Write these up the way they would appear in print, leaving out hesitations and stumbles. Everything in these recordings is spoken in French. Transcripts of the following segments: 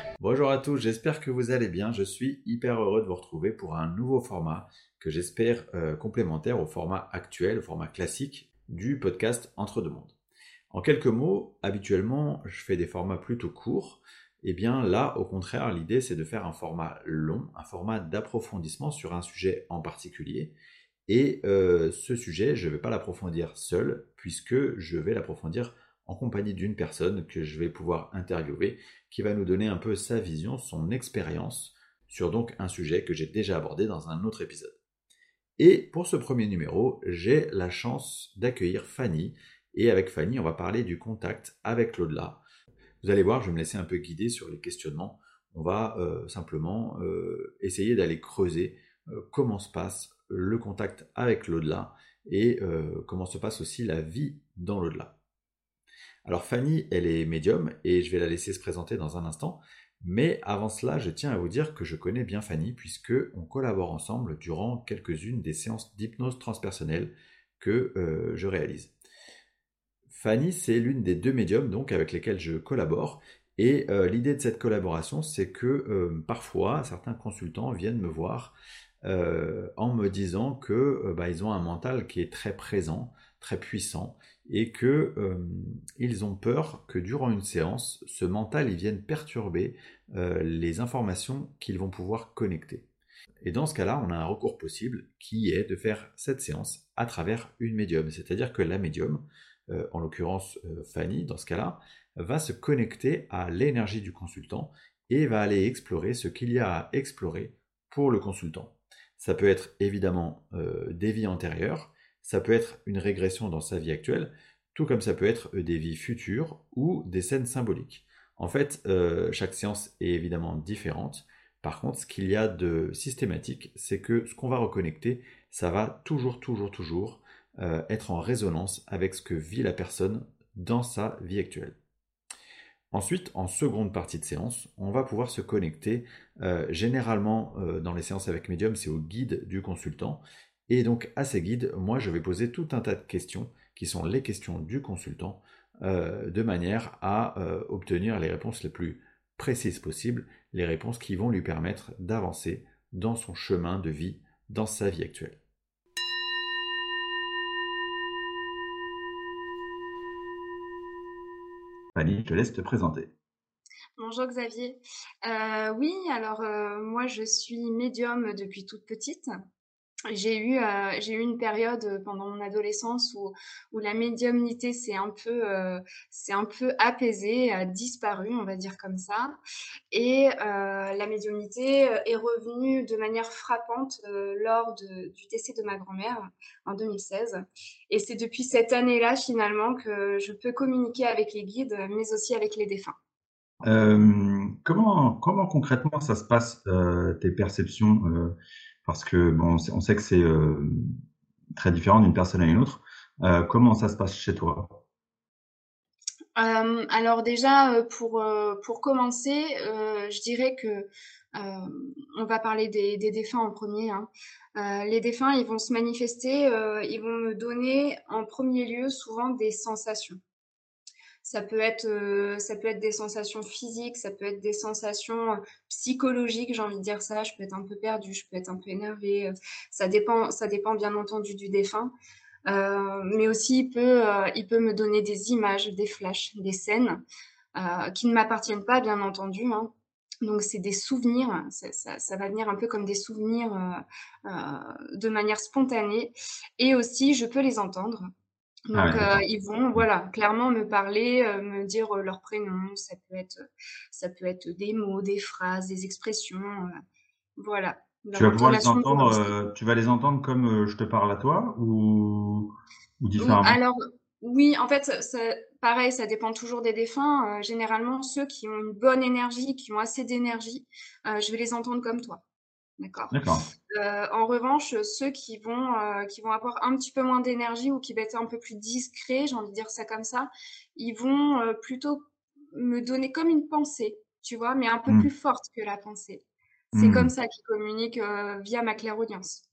Bonjour à tous, j'espère que vous allez bien. Je suis hyper heureux de vous retrouver pour un nouveau format que j'espère complémentaire au format actuel, au format classique du podcast Entre deux mondes. En quelques mots, habituellement, je fais des formats plutôt courts. Et bien là, au contraire, l'idée c'est de faire un format long, un format d'approfondissement sur un sujet en particulier. Et ce sujet, je ne vais pas l'approfondir seul, puisque je vais l'approfondir en compagnie d'une personne que je vais pouvoir interviewer, qui va nous donner un peu sa vision, son expérience sur donc un sujet que j'ai déjà abordé dans un autre épisode. Et pour ce premier numéro, j'ai la chance d'accueillir Fanny. Et avec Fanny, on va parler du contact avec l'au-delà. Vous allez voir, je vais me laisser un peu guider sur les questionnements. On va simplement essayer d'aller creuser comment se passe le contact avec l'au-delà et comment se passe aussi la vie dans l'au-delà. Alors Fanny, elle est médium et je vais la laisser se présenter dans un instant. Mais avant cela, je tiens à vous dire que je connais bien Fanny puisque on collabore ensemble durant quelques-unes des séances d'hypnose transpersonnelle que je réalise. Fanny, c'est l'une des deux médiums donc avec lesquels je collabore. Et l'idée de cette collaboration, c'est que parfois, certains consultants viennent me voir en me disant que ils ont un mental qui est très présent, très puissant, et que ils ont peur que durant une séance, ce mental il vienne perturber les informations qu'ils vont pouvoir connecter. Et dans ce cas-là, on a un recours possible qui est de faire cette séance à travers une médium. C'est-à-dire que la médium, en l'occurrence Fanny, dans ce cas-là, va se connecter à l'énergie du consultant et va aller explorer ce qu'il y a à explorer pour le consultant. Ça peut être évidemment des vies antérieures, ça peut être une régression dans sa vie actuelle, tout comme ça peut être des vies futures ou des scènes symboliques. En fait, chaque séance est évidemment différente. Par contre, ce qu'il y a de systématique, c'est que ce qu'on va reconnecter, ça va toujours être en résonance avec ce que vit la personne dans sa vie actuelle. Ensuite, en seconde partie de séance, on va pouvoir se connecter. Généralement, dans les séances avec médium, c'est au guide du consultant. Et donc, à ces guides, moi, je vais poser tout un tas de questions qui sont les questions du consultant, de manière à obtenir les réponses les plus précises possibles, les réponses qui vont lui permettre d'avancer dans son chemin de vie, dans sa vie actuelle. Fanny, je te laisse te présenter. Bonjour Xavier. Oui, alors moi je suis médium depuis toute petite. J'ai eu une période pendant mon adolescence où la médiumnité s'est un peu apaisée, a disparu, on va dire comme ça. Et la médiumnité est revenue de manière frappante du décès de ma grand-mère en 2016. Et c'est depuis cette année-là finalement que je peux communiquer avec les guides, mais aussi avec les défunts. Comment concrètement ça se passe, tes perceptions, parce que bon, on sait que c'est très différent d'une personne à une autre. Comment ça se passe chez toi? Alors déjà, pour commencer, je dirais que, on va parler des défunts en premier, hein. Les défunts, ils vont se manifester, ils vont me donner en premier lieu souvent des sensations. Ça peut être des sensations physiques, ça peut être des sensations psychologiques, j'ai envie de dire ça. Je peux être un peu perdue, je peux être un peu énervée. Ça dépend bien entendu du défunt. Mais aussi, il peut me donner des images, des flashs, des scènes qui ne m'appartiennent pas, bien entendu, hein. Donc, c'est des souvenirs, ça va venir un peu comme des souvenirs de manière spontanée. Et aussi, je peux les entendre. Ah Donc, ouais, d'accord. ils vont, Mmh. voilà, clairement me parler, me dire leur prénom. Ça peut être des mots, des phrases, des expressions, voilà, Tu leur vas pouvoir les intonation de entendre, voix aussi. tu vas les entendre comme, je te parle à toi ou différemment? Alors, oui, en fait, pareil, ça dépend toujours des défunts. Généralement, ceux qui ont une bonne énergie, qui ont assez d'énergie, je vais les entendre comme toi. D'accord. D'accord. En revanche, ceux qui vont avoir un petit peu moins d'énergie ou qui vont être un peu plus discrets, j'ai envie de dire ça comme ça, ils vont plutôt me donner comme une pensée, tu vois, mais un peu Mmh. plus forte que la pensée. C'est comme Mmh. ça qu'ils communiquent via ma clairaudience.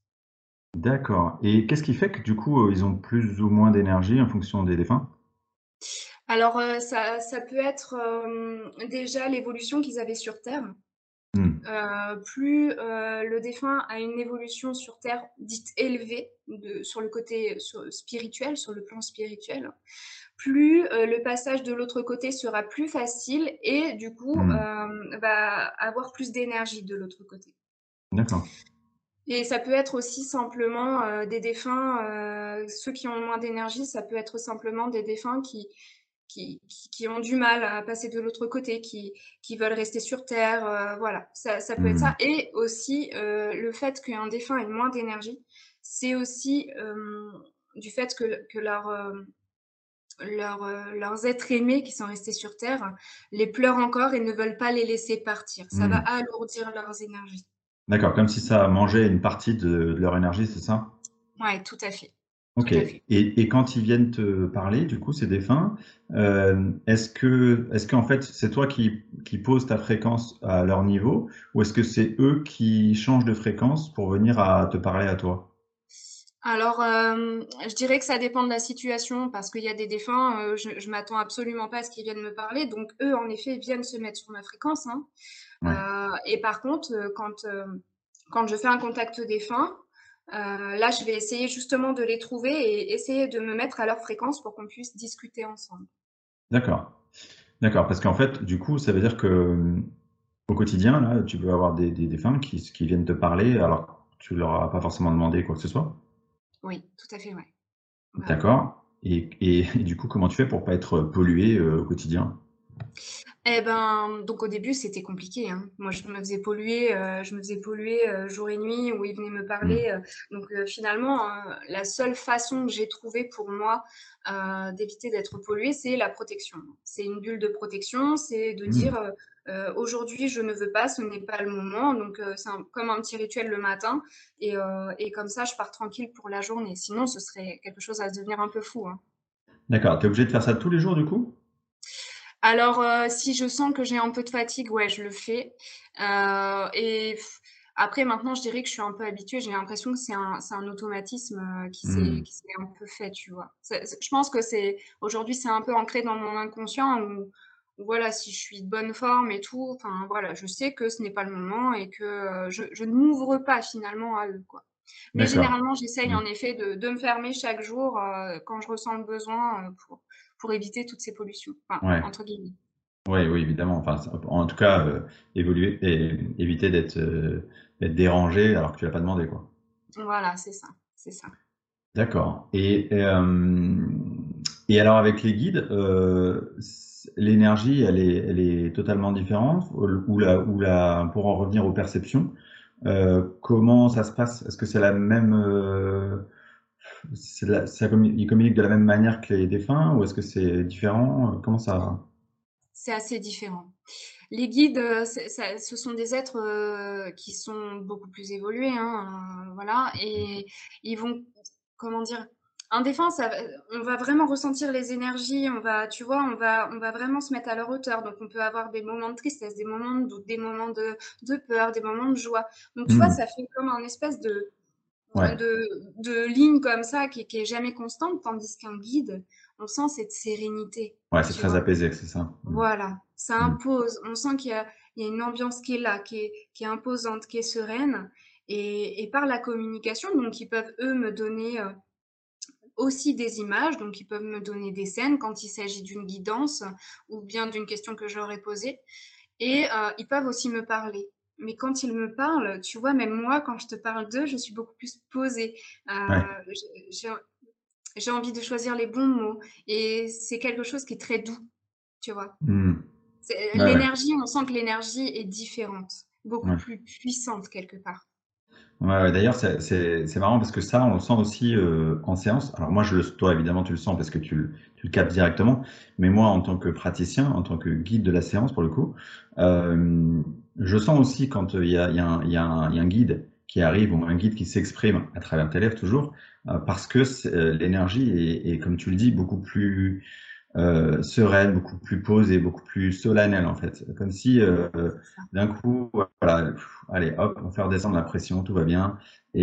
D'accord, et qu'est-ce qui fait que du coup, ils ont plus ou moins d'énergie en fonction des défunts? Alors, ça peut être, déjà l'évolution qu'ils avaient sur Terre. Hmm. Plus, le défunt a une évolution sur Terre dite élevée sur le côté spirituel, sur le plan spirituel, plus le passage de l'autre côté sera plus facile et du coup Hmm. va avoir plus d'énergie de l'autre côté. D'accord. Et ça peut être aussi simplement des défunts, ceux qui ont moins d'énergie, ça peut être simplement des défunts qui ont du mal à passer de l'autre côté, qui veulent rester sur Terre. Voilà, ça peut être Hmm. ça. Et aussi, le fait qu'un défunt ait moins d'énergie, c'est aussi du fait que leurs êtres aimés qui sont restés sur Terre les pleurent encore et ne veulent pas les laisser partir. Ça va Hmm. alourdir leurs énergies. D'accord, comme si ça mangeait une partie de leur énergie, c'est ça? Ouais, tout à fait. Tout Ok. à fait. Et quand ils viennent te parler, du coup, ces défunts, est-ce qu'en fait, c'est toi qui poses ta fréquence à leur niveau, ou est-ce que c'est eux qui changent de fréquence pour venir à te parler à toi? Alors, je dirais que ça dépend de la situation parce qu'il y a des défunts, je m'attends absolument pas à ce qu'ils viennent me parler, donc eux, en effet, viennent se mettre sur ma fréquence, hein. Ouais. Et par contre, quand je fais un contact défunt, là, je vais essayer justement de les trouver et essayer de me mettre à leur fréquence pour qu'on puisse discuter ensemble. D'accord. D'accord, parce qu'en fait, du coup, ça veut dire que au quotidien, là, tu peux avoir des défunts qui viennent te parler alors que tu leur as pas forcément demandé quoi que ce soit. Oui, tout à fait, ouais. Ouais, ouais. D'accord. Et du coup, comment tu fais pour pas être pollué au quotidien? Eh ben, donc au début, c'était compliqué, hein. Moi, je me faisais polluer jour et nuit où ils venaient me Hmm. parler. Donc finalement, la seule façon que j'ai trouvée pour moi d'éviter d'être polluée, c'est la protection. C'est une bulle de protection, c'est de Hmm. dire aujourd'hui, je ne veux pas, ce n'est pas le moment. Donc c'est comme un petit rituel le matin et comme ça, je pars tranquille pour la journée. Sinon, ce serait quelque chose à se devenir un peu fou, hein. D'accord. Tu es obligé de faire ça tous les jours, du coup? Alors, si je sens que j'ai un peu de fatigue, ouais, je le fais. Et après, maintenant, je dirais que je suis un peu habituée. J'ai l'impression que c'est un automatisme Hmm. qui s'est un peu fait, tu vois. Je pense que aujourd'hui, c'est un peu ancré dans mon inconscient où voilà, si je suis de bonne forme et tout, enfin, voilà, je sais que ce n'est pas le moment et que je ne m'ouvre pas finalement à eux, quoi. Mais D'accord. généralement, j'essaye Hmm. en effet de me fermer chaque jour quand je ressens le besoin pour éviter toutes ces pollutions, enfin, Ouais. entre guillemets. Ouais, oui, évidemment. Enfin, en tout cas, évoluer et éviter d'être dérangé alors que tu l'as pas demandé, quoi. Voilà, c'est ça, c'est ça. D'accord. Et alors avec les guides, l'énergie, elle est totalement différente pour en revenir aux perceptions, comment ça se passe? Est-ce que c'est la même, ils communiquent de la même manière que les défunts ou est-ce que c'est différent? Comment ça? C'est assez différent. Les guides, ce sont des êtres qui sont beaucoup plus évolués, hein, voilà, et ils vont, comment dire, un défunt, on va vraiment ressentir les énergies, tu vois, on va vraiment se mettre à leur hauteur. Donc, on peut avoir des moments de tristesse, des moments de doute, des moments de peur, des moments de joie. Donc, tu vois, Hmm. ça fait comme un espèce Ouais. de ligne comme ça qui est jamais constante, tandis qu'un guide, on sent cette sérénité, Ouais, c'est tu très vois. apaisé, c'est ça. Hmm. Voilà, ça Hmm. impose. On sent qu'il y a une ambiance qui est là, qui est imposante, qui est sereine. Et par la communication, donc ils peuvent, eux, me donner aussi des images, donc ils peuvent me donner des scènes quand il s'agit d'une guidance ou bien d'une question que j'aurais posée. Et ils peuvent aussi me parler. Mais quand ils me parlent, tu vois, même moi, quand je te parle d'eux, je suis beaucoup plus posée. Ouais. J'ai j'ai envie de choisir les bons mots. Et c'est quelque chose qui est très doux, tu vois. Hmm. Ouais, ouais. L'énergie, on sent que l'énergie est différente, beaucoup Ouais. plus puissante quelque part. Ouais, ouais, d'ailleurs, c'est marrant parce que ça, on le sent aussi en séance. Alors moi, toi, évidemment, tu le sens parce que tu le captes directement. Mais moi, en tant que praticien, en tant que guide de la séance, pour le coup, euh, je sens aussi quand il y a un guide qui arrive ou un guide qui s'exprime à travers tes lèvres toujours, parce que l'énergie est, comme tu le dis, beaucoup plus sereine, beaucoup plus posée, beaucoup plus solennelle en fait. Comme si C'est ça. d'un coup, voilà, allez hop, on fait redescendre la pression, tout va bien.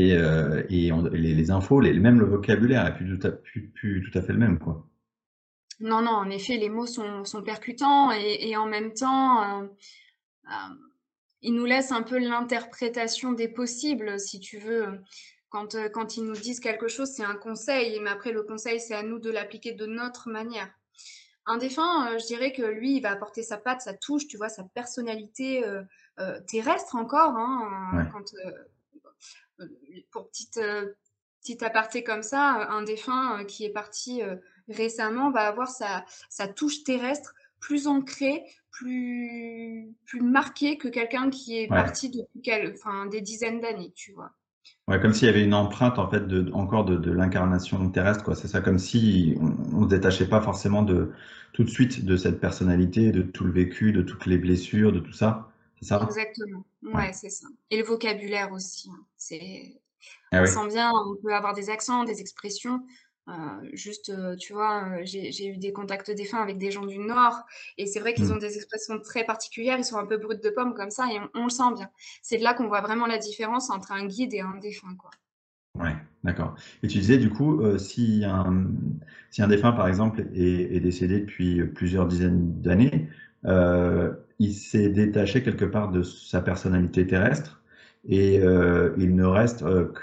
Et les infos, même le vocabulaire est plus tout à fait le même, quoi. Non, non, en effet, les mots sont percutants et en même temps, ils nous laissent un peu l'interprétation des possibles, si tu veux. Quand ils nous disent quelque chose, c'est un conseil, mais après, le conseil, c'est à nous de l'appliquer de notre manière. Un défunt, je dirais que lui, il va apporter sa patte, sa touche, tu vois, sa personnalité terrestre encore, hein, Ouais. euh, pour petite aparté comme ça, un défunt qui est parti récemment va avoir sa touche terrestre plus ancrée, plus marquée que quelqu'un qui est Ouais. parti depuis enfin, des dizaines d'années, tu vois. Ouais, comme s'il y avait une empreinte en fait encore de l'incarnation terrestre, quoi. C'est ça, comme si on se détachait pas forcément de tout de suite de cette personnalité, de tout le vécu, de toutes les blessures, de tout ça. C'est ça? Exactement. Ouais. Ouais, c'est ça. Et le vocabulaire aussi, hein. Ah On oui. sent bien, on peut avoir des accents, des expressions. Juste, tu vois, j'ai eu des contacts défunts avec des gens du Nord, et c'est vrai qu'ils Hmm. ont des expressions très particulières, ils sont un peu bruts de pomme comme ça, et on le sent bien. C'est de là qu'on voit vraiment la différence entre un guide et un défunt, quoi. Ouais, d'accord. Et tu disais du coup, si un défunt par exemple est décédé depuis plusieurs dizaines d'années, il s'est détaché quelque part de sa personnalité terrestre et il ne reste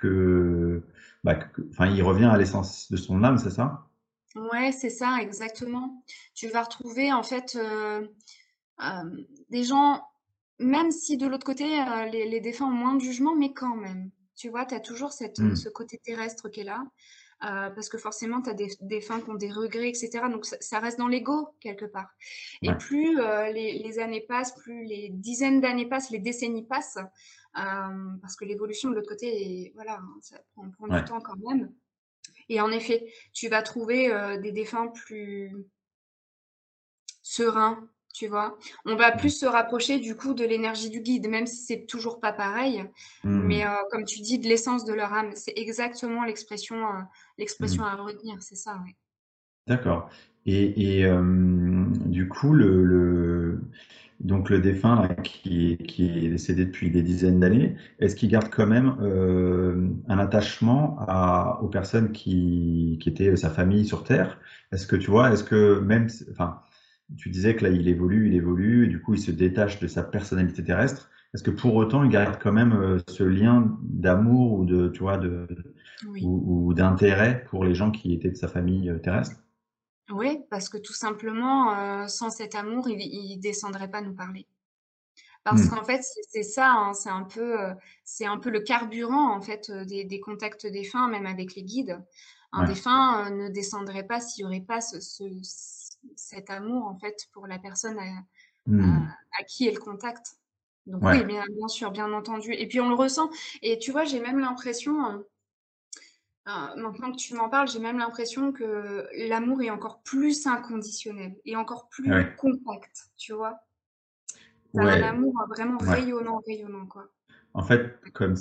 enfin, il revient à l'essence de son âme, c'est ça? Ouais, c'est ça, exactement. Tu vas retrouver en fait des gens, même si de l'autre côté, les défunts ont moins de jugement, mais quand même. Tu vois, tu as toujours Hmm. ce côté terrestre qui est là, parce que forcément, tu as des défunts qui ont des regrets, etc. Donc ça reste dans l'ego, quelque part. Et Ouais, plus les années passent, plus les dizaines d'années passent, les décennies passent, parce que l'évolution de l'autre côté, voilà, hein, ça prend du ouais. temps quand même. Et en effet, tu vas trouver des défunts plus sereins, tu vois. On va plus se rapprocher du coup de l'énergie du guide, même si c'est toujours pas pareil. Mais Hmm. comme tu dis, de l'essence de leur âme, c'est exactement l'expression Hmm. à retenir, c'est ça, ouais. D'accord. Et du coup, donc le défunt là, qui est décédé depuis des dizaines d'années, est-ce qu'il garde quand même un attachement aux personnes qui étaient sa famille sur Terre? Est-ce que tu vois, est-ce que même, enfin, tu disais que là il évolue, et du coup il se détache de sa personnalité terrestre. Est-ce que pour autant il garde quand même ce lien d'amour ou de, tu vois, Oui. ou d'intérêt pour les gens qui étaient de sa famille terrestre? Oui, parce que tout simplement, sans cet amour, il descendrait pas nous parler. Parce Hmm. qu'en fait, c'est ça, hein, c'est un peu le carburant en fait des contacts défunts, même avec les guides. Un Ouais. défunt ne descendrait pas s'il n'y aurait pas cet amour en fait pour la personne Hmm. à qui elle contacte. Donc oui, Ouais. bien sûr, bien entendu. Et puis on le ressent. Et tu vois, j'ai même l'impression, maintenant que tu m'en parles, j'ai même l'impression que l'amour est encore plus inconditionnel et encore plus Ouais. compact, tu vois. T'as un Ouais. amour vraiment Ouais. rayonnant, rayonnant, quoi. En fait,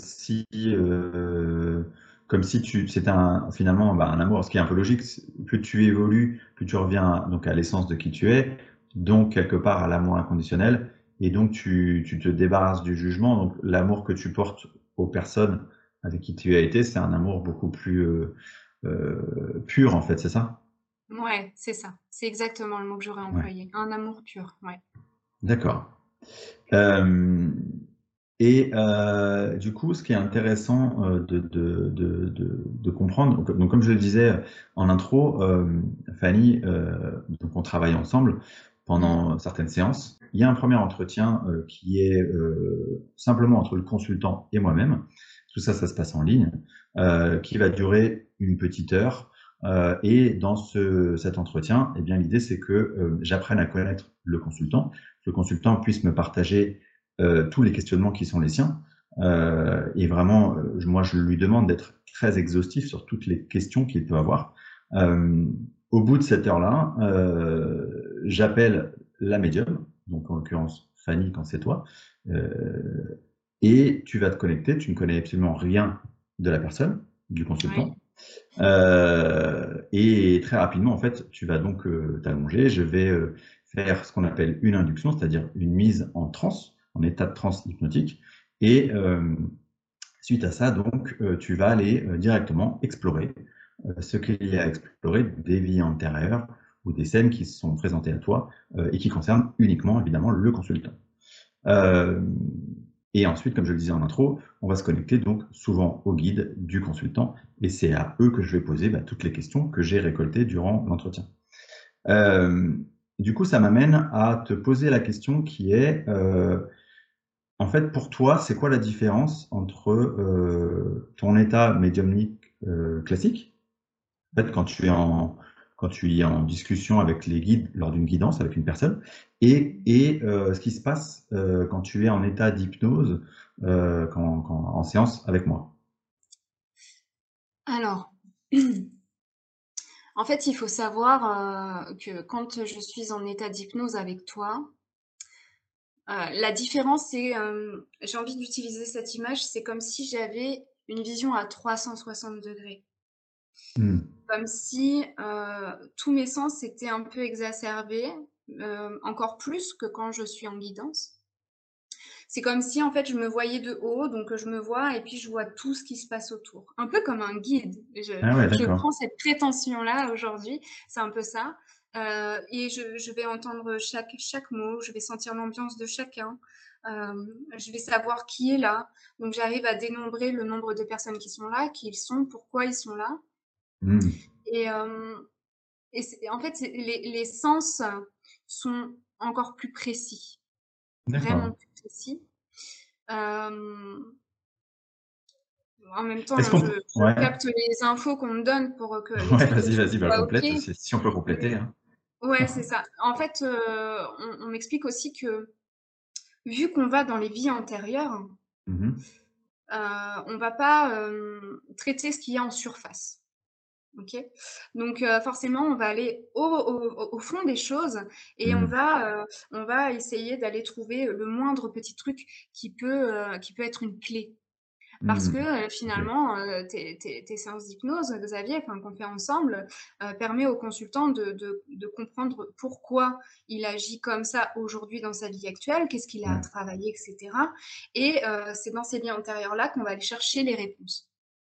comme si c'était finalement un amour, ce qui est un peu logique. Plus tu évolues, plus tu reviens donc à l'essence de qui tu es, donc quelque part à l'amour inconditionnel, et donc tu te débarrasses du jugement. Donc l'amour que tu portes aux personnes avec qui tu as été, c'est un amour beaucoup plus pur en fait, c'est ça? Ouais, c'est ça. C'est exactement le mot que j'aurais Ouais. employé. Un amour pur, ouais. D'accord. Euh, Et du coup, ce qui est intéressant de comprendre, donc comme je le disais en intro, Fanny, donc on travaille ensemble Mmh. pendant certaines séances. Il y a un premier entretien qui est simplement entre le consultant et moi-même. Tout ça, ça se passe en ligne, qui va durer une petite heure. Et dans cet entretien, eh bien, l'idée, c'est que j'apprenne à connaître le consultant puisse me partager tous les questionnements qui sont les siens. Et vraiment, moi, je lui demande d'être très exhaustif sur toutes les questions qu'il peut avoir. Euh, Au bout de cette heure-là, j'appelle la médium, donc en l'occurrence Fanny quand c'est toi, et tu vas te connecter. Tu ne connais absolument rien de la personne, du Oui, consultant. Et très rapidement, en fait, tu vas donc t'allonger. Je vais faire ce qu'on appelle une induction, c'est-à-dire une mise en transe, en état de transe hypnotique. Et suite à ça, donc, tu vas aller directement explorer ce qu'il y a à explorer des vies antérieures ou des scènes qui se sont présentées à toi et qui concernent uniquement, évidemment, le consultant. Euh, et ensuite, comme je le disais en intro, on va se connecter donc souvent au guide du consultant et c'est à eux que je vais poser toutes les questions que j'ai récoltées durant l'entretien. Euh, du coup, ça m'amène à te poser la question qui est, en fait, pour toi, c'est quoi la différence entre ton état médiumnique classique, en fait, quand tu es en discussion avec les guides lors d'une guidance avec une personne, et ce qui se passe quand tu es en état d'hypnose en séance avec moi. Alors, en fait, il faut savoir que quand je suis en état d'hypnose avec toi, la différence, c'est, j'ai envie d'utiliser cette image, c'est comme si j'avais une vision à 360 degrés. Hmm. Comme si tous mes sens étaient un peu exacerbés, encore plus que quand je suis en guidance. C'est comme si en fait je me voyais de haut, donc je me vois et puis je vois tout ce qui se passe autour. Un peu comme un guide. Ah ouais, Je prends d'accord. cette prétention-là aujourd'hui, c'est un peu ça. Et je vais entendre chaque mot, je vais sentir l'ambiance de chacun, je vais savoir qui est là. Donc j'arrive à dénombrer le nombre de personnes qui sont là, qui ils sont, pourquoi ils sont là. Hmm. Et, en fait, les sens sont encore plus précis, vraiment D'accord. plus précis. Euh, En même temps, Est-ce qu'on peut... je Ouais, capte les infos qu'on me donne pour que ouais, vas-y, l'explication vas-y, soit OK. complète, si on peut compléter, Mais hein. ouais, c'est ça. En fait, on m'explique aussi que vu qu'on va dans les vies antérieures, Mhm. on va pas traiter ce qu'il y a en surface. OK? Donc forcément, on va aller au fond des choses et Hmm. on va essayer d'aller trouver le moindre petit truc qui peut être une clé. Parce que Hmm. Ok. finalement, tes séances d'hypnose, Xavier, enfin, qu'on fait ensemble, permet au consultant de comprendre pourquoi il agit comme ça aujourd'hui dans sa vie actuelle, qu'est-ce qu'il a à Ouais. travailler, etc. Et c'est dans ces vies antérieures-là qu'on va aller chercher les réponses.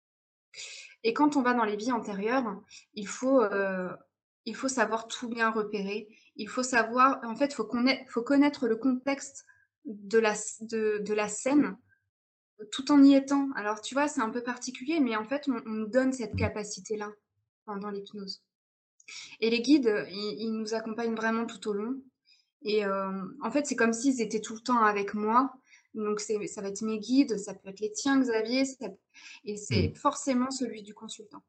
Et quand on va dans les vies antérieures, il faut, euh, il faut savoir tout bien repérer. Il faut savoir, en fait, faut connaître le contexte de la scène tout en y étant. Alors, tu vois, c'est un peu particulier, mais en fait, on nous donne cette Hmm. capacité-là pendant l'hypnose. Et les guides, ils nous accompagnent vraiment tout au long. Et en fait, c'est comme s'ils étaient tout le temps avec moi. Donc, ça va être mes guides, ça peut être les tiens, Xavier, et c'est Hmm. forcément celui du consultant.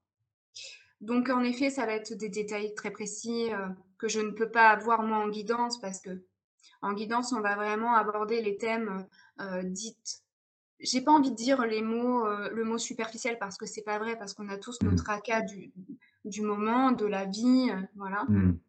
Donc, en effet, ça va être des détails très précis que je ne peux pas avoir moi en guidance parce que en guidance, on va vraiment aborder les thèmes dites. J'ai pas envie de dire le mot superficiel parce que c'est pas vrai, parce qu'on a tous nos Hmm. tracas du moment, de la vie, voilà. Hmm.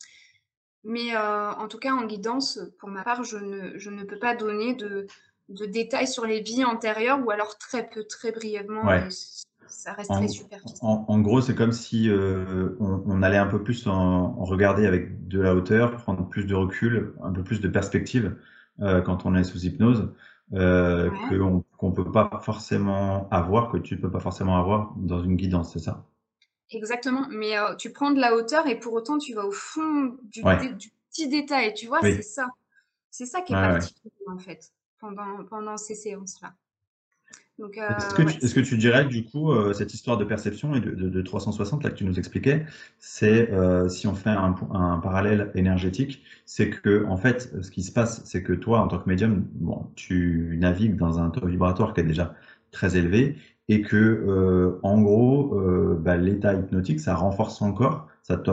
Mais en tout cas, en guidance, pour ma part, je ne peux pas donner de détails sur les vies antérieures ou alors très peu, très brièvement, Ouais. mais ça reste très En, superficiel. en gros, c'est comme si on allait un peu plus en regarder avec de la hauteur, prendre plus de recul, un peu plus de perspective quand on est sous hypnose, Ouais, qu'on peut pas forcément avoir, que tu peux pas forcément avoir dans une guidance, c'est ça? exactement. Mais tu prends de la hauteur et pour autant, tu vas au fond Ouais, du petit détail, tu vois, c'est oui, ça. C'est ça qui est ouais, ouais. particulier, en fait, pendant ces séances-là. Donc, ouais, Est-ce que tu dirais que du coup, cette histoire de perception et de 360 là que tu nous expliquais, c'est si on fait un parallèle énergétique, c'est que en fait, ce qui se passe, c'est que toi, en tant que médium, bon, tu navigues dans un taux vibratoire qui est déjà très élevé et que en gros, l'état hypnotique, ça renforce encore,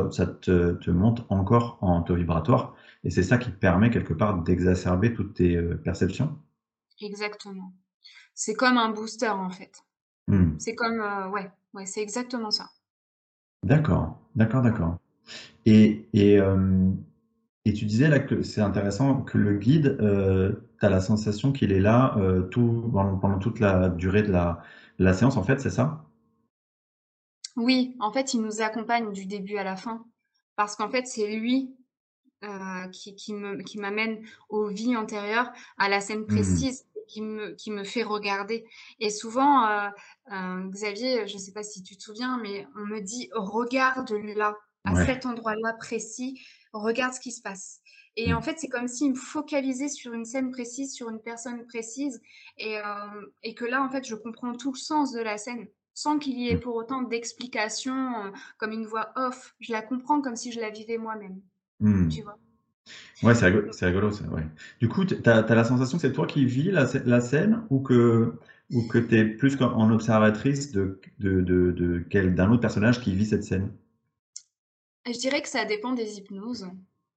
te monte encore en taux vibratoire et c'est ça qui te permet quelque part d'exacerber toutes tes perceptions. exactement. C'est comme un booster, en fait. Hmm. C'est comme, ouais, c'est exactement ça. D'accord, d'accord, Ouais. d'accord. Et, et, euh, et tu disais là que c'est intéressant que le guide, tu as la sensation qu'il est là pendant toute la durée de la séance, en fait, c'est ça? Oui, en fait, il nous accompagne du début à la fin parce qu'en fait, c'est lui, qui m'amène aux vies antérieures, à la scène Hmm. précise, qui me fait regarder et souvent, Xavier, je sais pas si tu te souviens, mais on me dit: «Regarde là». à Ouais. cet endroit-là précis, regarde ce qui se passe. Et en Mmh. fait, c'est comme s'il me focalisait sur une scène précise, sur une personne précise, et que là, en fait, je comprends tout le sens de la scène, sans qu'il y ait Mmh. pour autant d'explication, comme une voix off. Je la comprends comme si je la vivais moi-même, Mmh. tu vois? Ouais, c'est rigolo ça, ouais. Du coup, tu as la sensation que c'est toi qui vis la scène ou que tu es plus comme en observatrice d'un autre personnage qui vit cette scène? Je dirais que ça dépend des hypnoses.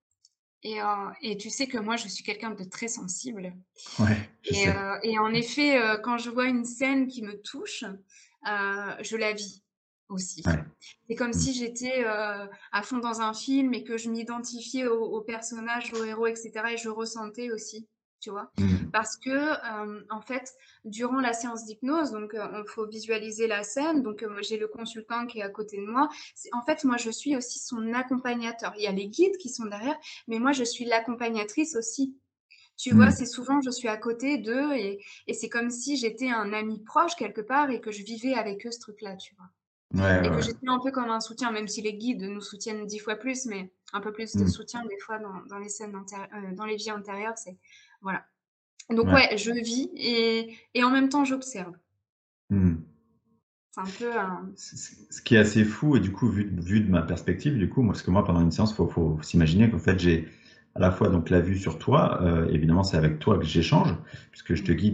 Et tu sais que moi, je suis quelqu'un de très sensible. Ouais, je sais. Et en effet, quand je vois une scène qui me touche, je la vis aussi. Ouais. C'est comme Mmh. si j'étais à fond dans un film et que je m'identifiais au personnage, au héros, etc. Et je ressentais aussi, tu vois. Mmh. Parce que, en fait, durant la séance d'hypnose, donc il faut visualiser la scène. Donc moi, j'ai le consultant qui est à côté de moi. En fait, moi, je suis aussi son accompagnateur. Il y a les guides qui sont derrière, mais moi, je suis l'accompagnatrice aussi. Tu vois, Mmh. c'est souvent, je suis à côté d'eux et c'est comme si j'étais un ami proche quelque part et que je vivais avec eux ce truc-là, tu vois. Ouais, ouais, Et que ouais. j'étais un peu comme un soutien, même si les guides nous soutiennent 10 fois plus, mais un peu plus de Mmh. soutien des fois dans les scènes dans les vies antérieures, c'est voilà. Donc Ouais. ouais, je vis et en même temps j'observe. Mmh. C'est un peu un... Ce qui est assez fou, et du coup, vu de ma perspective, du coup, moi, parce que moi, pendant une séance, faut s'imaginer qu'en fait, j'ai à la fois donc la vue sur toi, évidemment, c'est avec toi que j'échange, puisque je te guide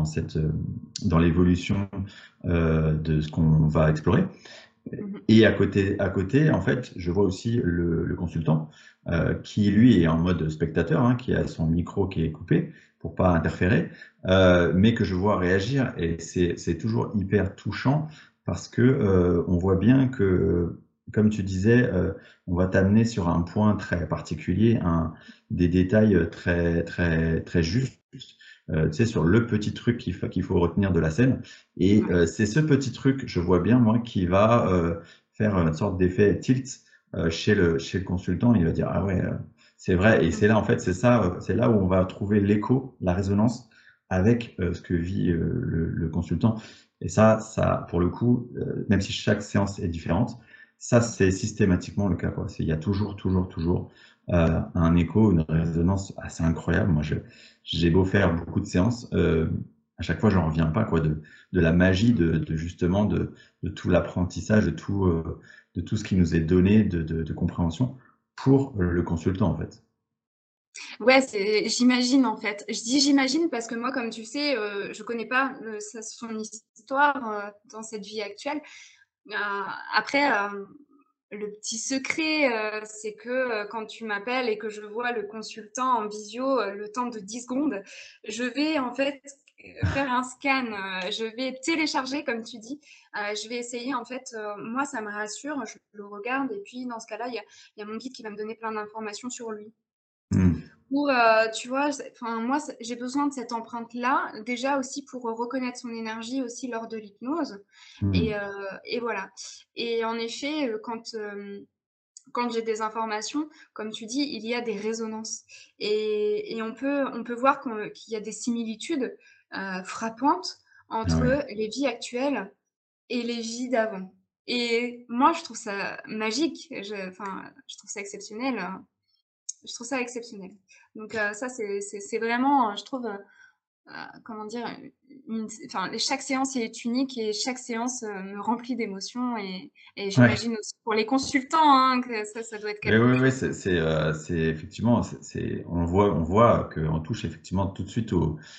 dans l'évolution de ce qu'on va explorer. Mhm. Et à côté, en fait, je vois aussi le consultant qui, lui, est en mode spectateur, hein, qui a son micro qui est coupé pour pas interférer, mais que je vois réagir. Et c'est toujours hyper touchant parce que on voit bien que, comme tu disais, on va t'amener sur un point très particulier, des détails très justes. Tu sais, sur le petit truc qu'il faut retenir de la scène. Et Ouais. c'est ce petit truc, je vois bien, moi, qui va faire une sorte d'effet tilt chez le consultant. Il va dire, ah ouais, c'est vrai. Et c'est Mhm. là, en fait, c'est ça, c'est là où on va trouver l'écho, la résonance avec ce que vit le consultant. Et ça, pour le coup, même si chaque séance est différente, ça, c'est systématiquement le cas, quoi. Il y a toujours un écho, une résonance assez incroyable. Moi, j'ai beau faire beaucoup de séances, à chaque fois, j'en reviens pas, quoi, de la magie justement de tout l'apprentissage, de tout ce qui nous est donné de compréhension pour le consultant, en fait. Ouais, j'imagine en fait. Je dis j'imagine parce que moi, comme tu sais, je connais pas son histoire dans cette vie actuelle. Euh, après, le petit secret, c'est que quand tu m'appelles et que je vois le consultant en visio, le temps de 10 secondes, je vais en fait faire un scan, je vais télécharger comme tu dis. Je vais essayer en fait, moi ça me rassure, je le regarde et puis dans ce cas-là, il y a mon guide qui va me donner plein d'informations sur lui. Mm. Pour, tu vois, enfin, moi, j'ai besoin de cette empreinte-là, déjà aussi pour reconnaître son énergie aussi lors de l'hypnose. Mm. Et voilà. Et en effet, quand j'ai des informations, comme tu dis, il y a des résonances. Et on peut voir qu'il y a des similitudes frappantes Ah ouais. entre les vies actuelles et les vies d'avant. Et moi, je trouve ça magique. Enfin, je trouve ça exceptionnel. Je trouve ça exceptionnel. Donc ça, c'est vraiment, je trouve, comment dire, enfin, chaque séance est unique et chaque séance me remplit d'émotions et Ouais. j'imagine aussi pour les consultants hein, que ça doit être Oui, quelque oui, oui, chose. c'est effectivement, on voit qu'on touche effectivement tout de suite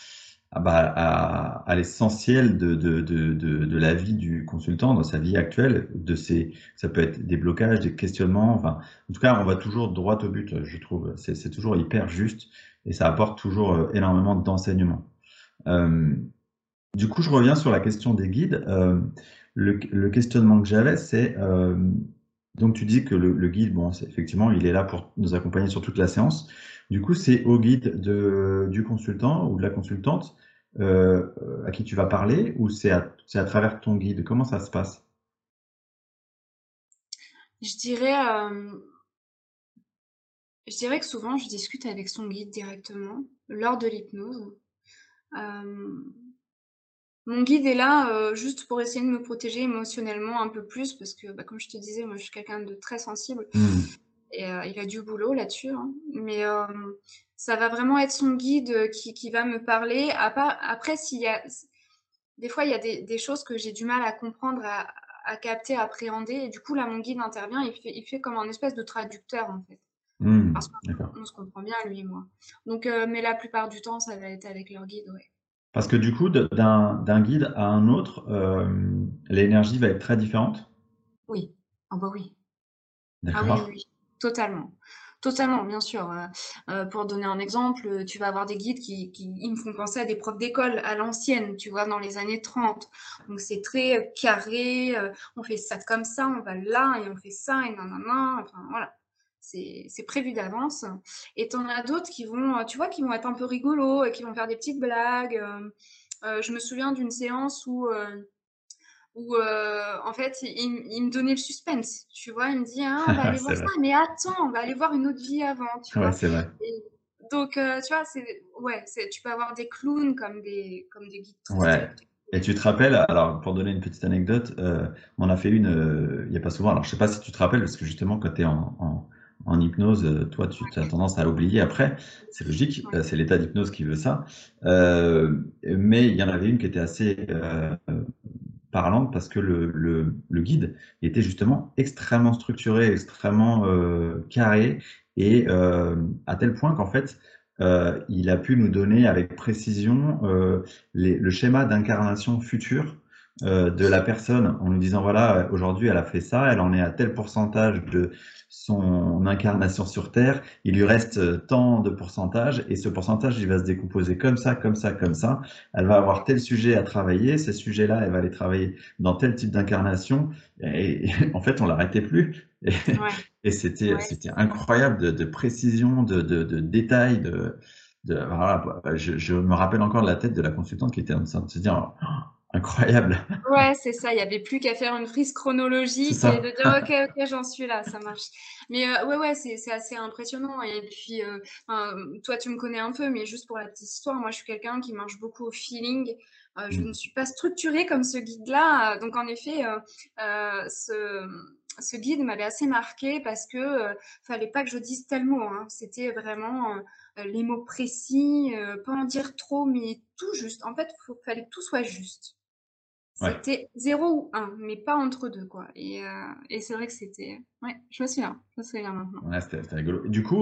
à l'essentiel de la vie du consultant dans sa vie actuelle, ça peut être des blocages, des questionnements, enfin, en tout cas, on va toujours droit au but, je trouve. C'est toujours hyper juste et ça apporte toujours énormément d'enseignements. Euh, du coup, je reviens sur la question des guides. Le questionnement que j'avais, c'est donc tu dis que le guide, bon, effectivement, il est là pour nous accompagner sur toute la séance. Du coup, c'est au guide du consultant ou de la consultante à qui tu vas parler, ou c'est à travers ton guide? Comment ça se passe? Je dirais, je dirais que souvent, je discute avec son guide directement lors de l'hypnose. Euh, Mon guide est là juste pour essayer de me protéger émotionnellement un peu plus parce que, bah, comme je te disais, moi je suis quelqu'un de très sensible Hmm. et il a du boulot là-dessus, hein. Mais ça va vraiment être son guide qui va me parler. Après, des fois, il y a des choses que j'ai du mal à comprendre, à capter, à appréhender. Et du coup, là, mon guide intervient, il fait comme un espèce de traducteur, en fait. Hmm. Parce D'accord. qu'on se comprend bien, lui et moi. Donc, mais la plupart du temps, ça va être avec leur guide, ouais. Parce que du coup, d'un guide à un autre, l'énergie va être très différente. Oui. Ah bah oui. Ah oui, oui, D'accord. oui. Totalement. Totalement, bien sûr. Pour donner un exemple, tu vas avoir des guides qui ils me font penser à des profs d'école à l'ancienne, tu vois, dans les années 30. Donc c'est très carré, on fait ça comme ça, on va là et on fait ça et nanana. Enfin voilà, c'est prévu d'avance. Et t'en as d'autres qui vont, tu vois, qui vont être un peu rigolos et qui vont faire des petites blagues. Je me souviens d'une séance où en fait, il me donnait le suspense, tu vois. Il me dit, ah, on va aller C'est voir ça, vrai. mais attends, on va aller voir une autre vie avant, tu Ouais, vois. c'est vrai. Et donc, tu vois, ouais, tu peux avoir des clowns comme des guides très Ouais. stricts. Et tu te rappelles, alors pour donner une petite anecdote, on en a fait une il n'y a pas souvent. Alors je sais pas si tu te rappelles, parce que justement quand tu es en hypnose, toi tu as tendance à oublier après, c'est logique, Ouais. c'est l'état d'hypnose qui veut ça. Mais il y en avait une qui était assez parlante parce que le guide était justement extrêmement structuré, extrêmement carré, et à tel point qu'en fait, il a pu nous donner avec précision le schéma d'incarnation future de la personne en nous disant, voilà, aujourd'hui elle a fait ça, elle en est à tel pourcentage de son incarnation sur Terre, il lui reste tant de pourcentage, et ce pourcentage, il va se décomposer comme ça, comme ça, comme ça. Elle va avoir tel sujet à travailler, ces sujets-là, elle va les travailler dans tel type d'incarnation, et en fait, on l'arrêtait plus. Ouais, Et ouais, c'était c'est ça. incroyable de précision, de détails, voilà, je me rappelle encore de la tête de la consultante qui était en train de se dire, oh, incroyable, Ouais, c'est ça, il y avait plus qu'à faire une frise c'est chronologique et ça. de dire: «OK, OK, j'en suis là, ça marche». Mais ouais, ouais, c'est assez impressionnant et puis, enfin, toi, tu me connais un peu, mais juste pour la petite histoire, moi, je suis quelqu'un qui marche beaucoup au feeling. Je ne Mm. suis pas structurée comme ce guide-là, donc en effet, ce guide m'avait assez marquée parce que, fallait pas que je dise tel mot, hein. C'était vraiment, les mots précis, pas en dire trop, mais tout juste. En fait, fallait que tout soit juste. Ouais, C'était 0 ou 1, mais pas entre 2 quoi. Et c'est vrai que c'était ouais, je me souviens maintenant. ouais, c'était rigolo. Du coup,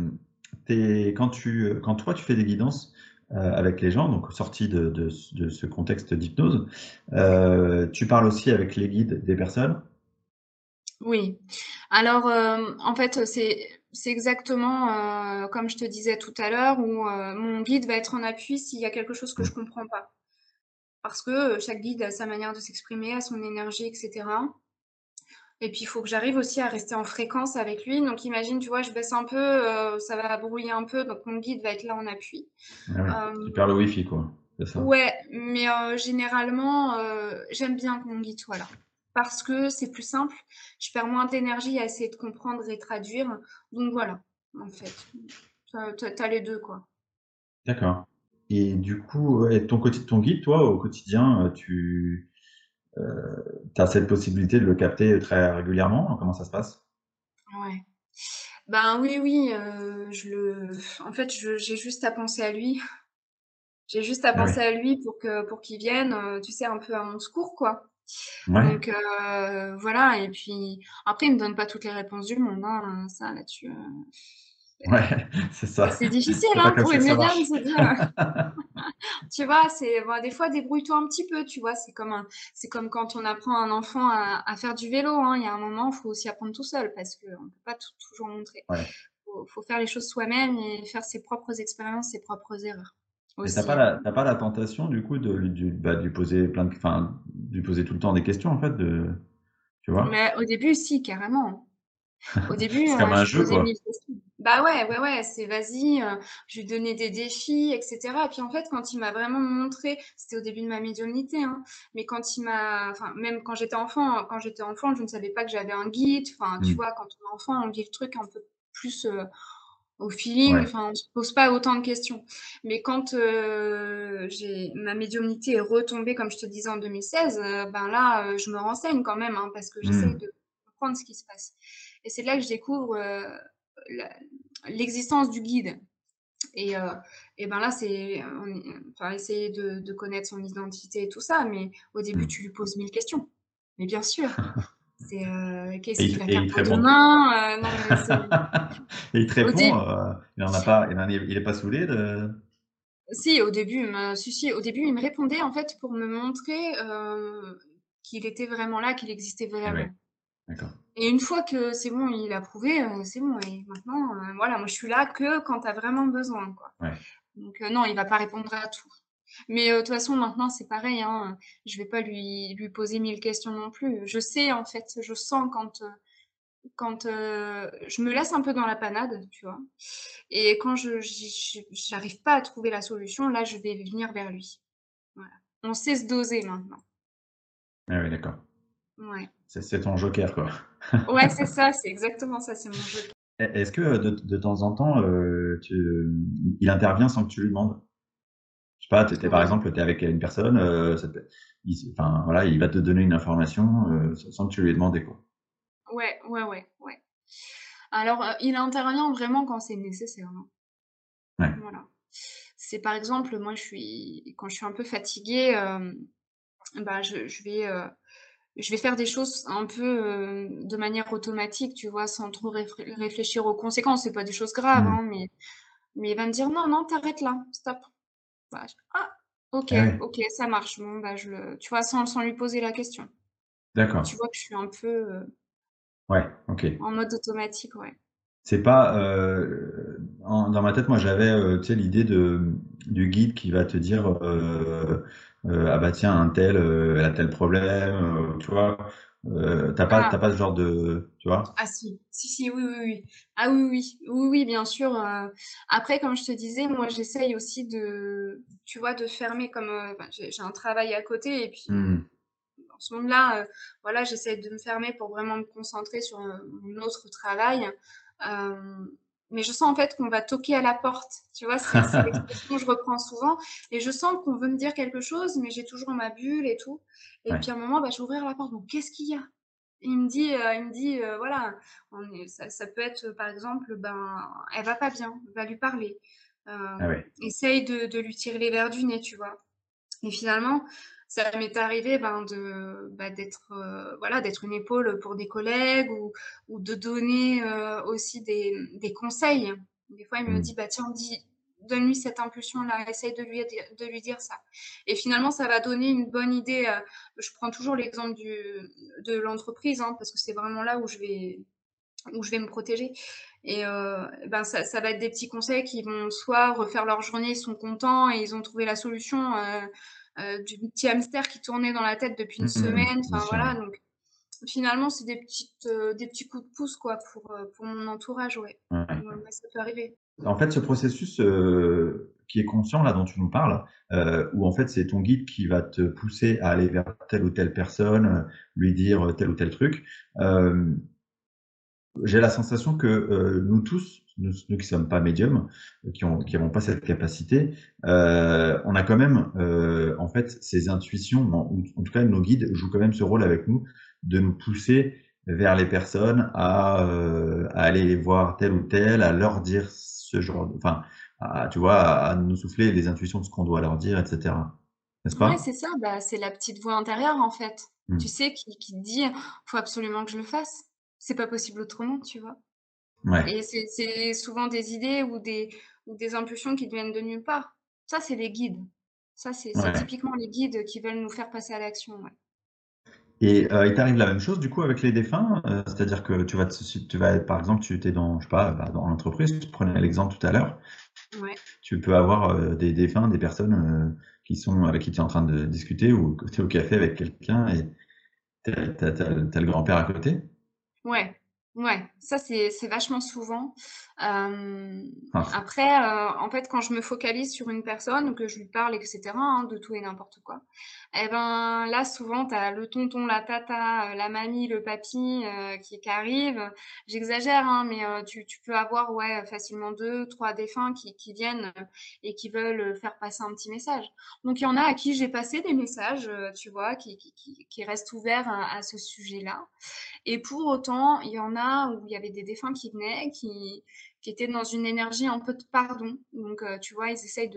quand toi tu fais des guidances avec les gens, donc sorti de ce contexte d'hypnose, Ouais. tu parles aussi avec les guides des personnes. Oui. Alors, en fait, c'est exactement, comme je te disais tout à l'heure où, mon guide va être en appui s'il y a quelque chose que Mm. je comprends pas. Parce que, chaque guide a sa manière de s'exprimer, a son énergie et cetera. Et puis, il faut que j'arrive aussi à rester en fréquence avec lui. Donc imagine, tu vois, je baisse un peu, ça va brouiller un peu, donc mon guide va être là en appui. Ah ouais, tu Hem perds le wifi, quoi, c'est ça. Ouais, mais généralement, j'aime bien que mon guide soit là. Parce que c'est plus simple, je perds moins d'énergie à essayer de comprendre et traduire. Donc voilà, en fait. Tu les 2 quoi. D'accord. Et du coup, ouais, ton guide, toi, au quotidien, as cette possibilité de le capter très régulièrement? Comment ça se passe? Ouais. Ben oui, oui, en fait, j'ai juste à penser à lui. J'ai juste à Ah oui. penser à lui pour qu'il vienne, tu sais, un peu à mon secours, quoi. Ouais, Donc voilà et puis après il me donne pas toutes les réponses du monde, hein, ça là-dessus, ouais, c'est ça. c'est difficile, C'est pas hein, comme pour ça une que ça médium de marche. se dire, tu vois? C'est bon, des fois débrouille-toi un petit peu, tu vois? C'est comme quand on apprend à un enfant à faire du vélo, hein. Il y a un moment, faut aussi apprendre tout seul parce qu'on peut pas toujours montrer. Ouais. Faut faire les choses soi-même et faire ses propres expériences, ses propres erreurs Et aussi, hein. t'as pas la tentation, du coup, de lui poser enfin, de lui poser tout le temps des questions, en fait, tu vois? Mais au début, si, carrément. Au début, C'est comme un je lui jeu, posais quoi. 1000 questions. Bah ouais, ouais, ouais, c'est vas-y, je lui donnais des défis, et cetera. Et puis en fait, quand il m'a vraiment montré, c'était au début de ma médiumnité, hein, mais enfin, même quand j'étais enfant, je ne savais pas que j'avais un guide. Enfin, tu Mm. vois, quand on est enfant, on vit le truc un peu plus, au feeling, Ouais. enfin, on se pose pas autant de questions. Mais quand ma médiumnité est retombée, comme je te disais en 2016, ben là, je me renseigne quand même, hein, parce que j'essaye Hmm. de comprendre ce qui se passe. Et c'est là que je découvre la- l'existence du guide. Et, euh, et ben là, enfin, essayer de connaître son identité et tout ça, mais au début, Hmm. tu lui poses 1000 questions. Mais bien sûr, c'est qu'est-ce Et qu'il va et faire il te pour répond. demain? Non, mais c'est Et il te au répond, début. il en a pas, il est pas saoulé de. Si, au début, si, au début, il me répondait en fait pour me montrer qu'il était vraiment là, qu'il existait Eh ouais, vraiment. d'accord. Et une fois que c'est bon, il a prouvé, c'est bon. Et maintenant, voilà, moi, je suis là que quand tu as vraiment besoin, quoi. Ouais. Donc non, il va pas répondre à tout. Mais de toute façon, maintenant, c'est pareil, hein. Je vais pas lui poser 1000 questions non plus. Je sais, en fait, je sens quand je me laisse un peu dans la panade, tu vois. Et quand j'arrive pas à trouver la solution, là, je vais venir vers lui. Voilà. On sait se doser maintenant. Ah ouais, d'accord. Ouais. C'est ton joker, quoi. Ouais, c'est ça, c'est exactement ça, c'est mon jeu. Est-ce que de temps en temps, il intervient sans que tu lui demandes? Je sais pas, par Oui. exemple, tu es avec une personne, enfin, voilà, il va te donner une information sans que tu lui aies demandé, quoi. Ouais, ouais, ouais, ouais. Alors, il intervient vraiment quand c'est nécessaire, hein. Ouais. Voilà. C'est par exemple, moi, quand je suis un peu fatiguée, bah, je vais faire des choses un peu de manière automatique, tu vois, sans trop réfléchir aux conséquences. C'est pas des choses graves, Hmm. hein, mais il va me dire non, non, t'arrêtes là, stop. Bah, ah, ok, Ah ouais, ok, ça marche. Bon, bah, tu vois, sans lui poser la question. d'accord. Tu vois que je suis un peu Ouais, ok. en mode automatique, ouais. C'est pas dans ma tête, moi j'avais tu sais l'idée du guide qui va te dire ah bah tiens un tel elle a tel problème tu vois t'as Ah, pas ce genre de tu vois. ah si, si, si, oui, oui, oui. Ah oui, oui, oui, oui, bien sûr. Après, comme je te disais, moi, j'essaye aussi tu vois, de fermer comme ben, j'ai un travail à côté et puis Hmm. dans ce monde-là, voilà, j'essaye de me fermer pour vraiment me concentrer sur mon autre travail. Euh, mais je sens en fait qu'on va toquer à la porte. Tu vois, c'est l'expression que je reprends souvent. Et je sens qu'on veut me dire quelque chose, mais j'ai toujours ma bulle et tout. Et Ouais, puis à un moment, bah, je vais ouvrir la porte. Donc, qu'est-ce qu'il y a? Il me dit, voilà, ça peut être par exemple, ben, elle va pas bien, va lui parler. ah ouais. Essaye de lui tirer les verres du nez, tu vois. Et finalement, ça m'est arrivé ben, d'être voilà, d'être une épaule pour des collègues ou de donner aussi des conseils. Des fois, il me Hmm. dit, bah, tiens, donne-lui cette impulsion-là, essaye de lui dire ça. Et finalement, ça va donner une bonne idée. Je prends toujours l'exemple de l'entreprise, hein, parce que c'est vraiment là où je vais me protéger. Et ben ça va être des petits conseils qui vont soit refaire leur journée, ils sont contents et ils ont trouvé la solution du petit hamster qui tournait dans la tête depuis une Hmm, semaine. bien Enfin sûr, ouais. voilà, donc finalement c'est des petits coups de pouce quoi pour mon entourage, ouais. Ouais. Ouais, ouais, ça peut arriver. En fait, ce processus qui est conscient là dont tu nous parles, où en fait c'est ton guide qui va te pousser à aller vers telle ou telle personne, lui dire tel ou tel truc. Euh, J'ai la sensation que nous tous, nous qui sommes pas médiums, qui avons pas cette capacité, on a quand même en fait ces intuitions, ou en tout cas nos guides jouent quand même ce rôle avec nous de nous pousser vers les personnes à aller les voir tel ou tel, à leur dire ce genre, enfin, tu vois, à nous souffler les intuitions de ce qu'on doit leur dire, etc. N'est-ce Ouais, pas? c'est ça, bah, c'est la petite voix intérieure en fait. Tu Hmm. sais, qui te dit, faut absolument que je le fasse. C'est pas possible autrement, tu vois. Ouais, Et c'est souvent des idées ou des impulsions qui viennent de nulle part. Ça, c'est les guides. Ça, c'est ouais. typiquement les guides qui veulent nous faire passer à l'action, ouais. Et il t'arrive la même chose du coup avec les défunts, c'est-à-dire que si tu vas par exemple, tu étais dans, je sais pas, bah, dans l'entreprise, tu prenais l'exemple tout à l'heure, Ouais. tu peux avoir des défunts, des personnes qui sont avec qui tu es en train de discuter ou que tu es au café avec quelqu'un et t'as le grand-père à côté. Ouais. Ouais, ça c'est vachement souvent. Ah, Après, en fait, quand je me focalise sur une personne, que je lui parle et cetera, hein, de tout et n'importe quoi, et ben, là, souvent, tu as le tonton, la tata, la mamie, le papy, qui arrivent. J'exagère, hein, mais tu peux avoir, ouais, facilement 2, 3 défunts qui viennent, et qui veulent, faire passer un petit message. Donc il y en a à qui j'ai passé des messages, tu vois, qui restent ouverts à ce sujet-là. Et pour autant, il y en a où il y avait des défunts qui venaient, qui étaient dans une énergie un peu de pardon. Donc, tu vois, ils essayent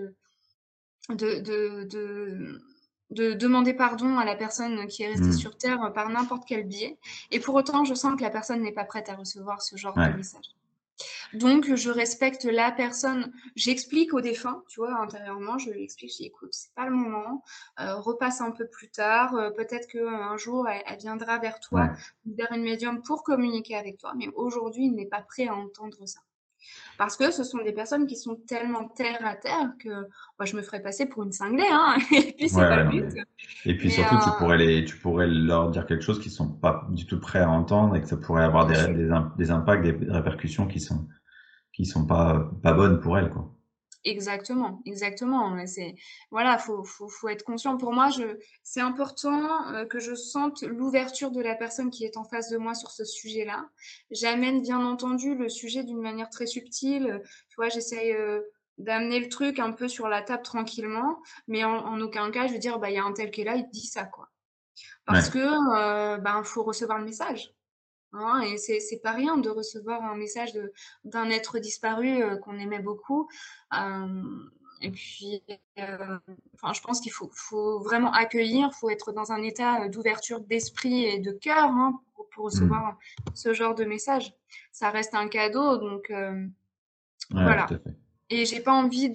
de, de, de, de demander pardon à la personne qui est restée hmm, sur Terre par n'importe quel biais. Et pour autant, je sens que la personne n'est pas prête à recevoir ce genre de ouais, message. Donc, je respecte la personne. J'explique au défunt, tu vois, intérieurement, je lui explique, je dis, écoute, c'est pas le moment, repasse un peu plus tard, peut-être qu'un jour, elle viendra vers toi, ouais. vers une médium pour communiquer avec toi, mais aujourd'hui, il n'est pas prêt à entendre ça. Parce que ce sont des personnes qui sont tellement terre à terre que moi, je me ferais passer pour une cinglée, hein, et puis c'est Ouais, pas ouais, le non, but. mais. Et puis Mais surtout, tu pourrais leur dire quelque chose qu'ils sont pas du tout prêts à entendre et que ça pourrait avoir bien sûr. des impacts, des répercussions qui sont pas bonnes pour elles, quoi. Exactement, exactement. Mais c'est voilà, faut être conscient. Pour moi, c'est important que je sente l'ouverture de la personne qui est en face de moi sur ce sujet-là. J'amène bien entendu le sujet d'une manière très subtile. Tu vois, j'essaye d'amener le truc un peu sur la table tranquillement, mais en aucun cas je veux dire bah il y a un tel qui est là, il te dit ça quoi. Parce Ouais, que ben faut recevoir le message. Hein, et c'est pas rien de recevoir un message d'un être disparu qu'on aimait beaucoup. Euh, et puis, enfin, je pense qu'il faut vraiment accueillir, faut être dans un état d'ouverture d'esprit et de cœur hein, pour hmm, recevoir ce genre de message. Ça reste un cadeau, donc ouais, tout voilà. à fait. Et j'ai pas envie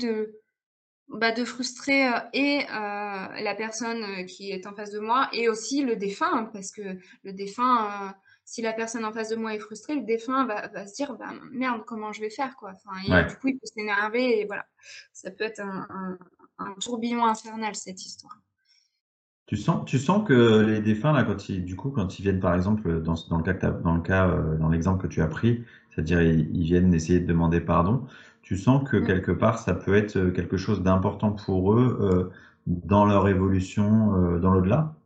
de frustrer la personne qui est en face de moi et aussi le défunt, hein, parce que le défunt, si la personne en face de moi est frustrée, le défunt va se dire bah, merde, comment je vais faire quoi. Enfin, et Ouais. du coup, il peut s'énerver et voilà. Ça peut être un tourbillon infernal cette histoire. Tu sens que les défunts, là, quand ils viennent, par exemple, dans le cas dans l'exemple que tu as pris, c'est-à-dire ils viennent essayer de demander pardon, tu sens que Mm. quelque part, ça peut être quelque chose d'important pour eux dans leur évolution dans l'au-delà?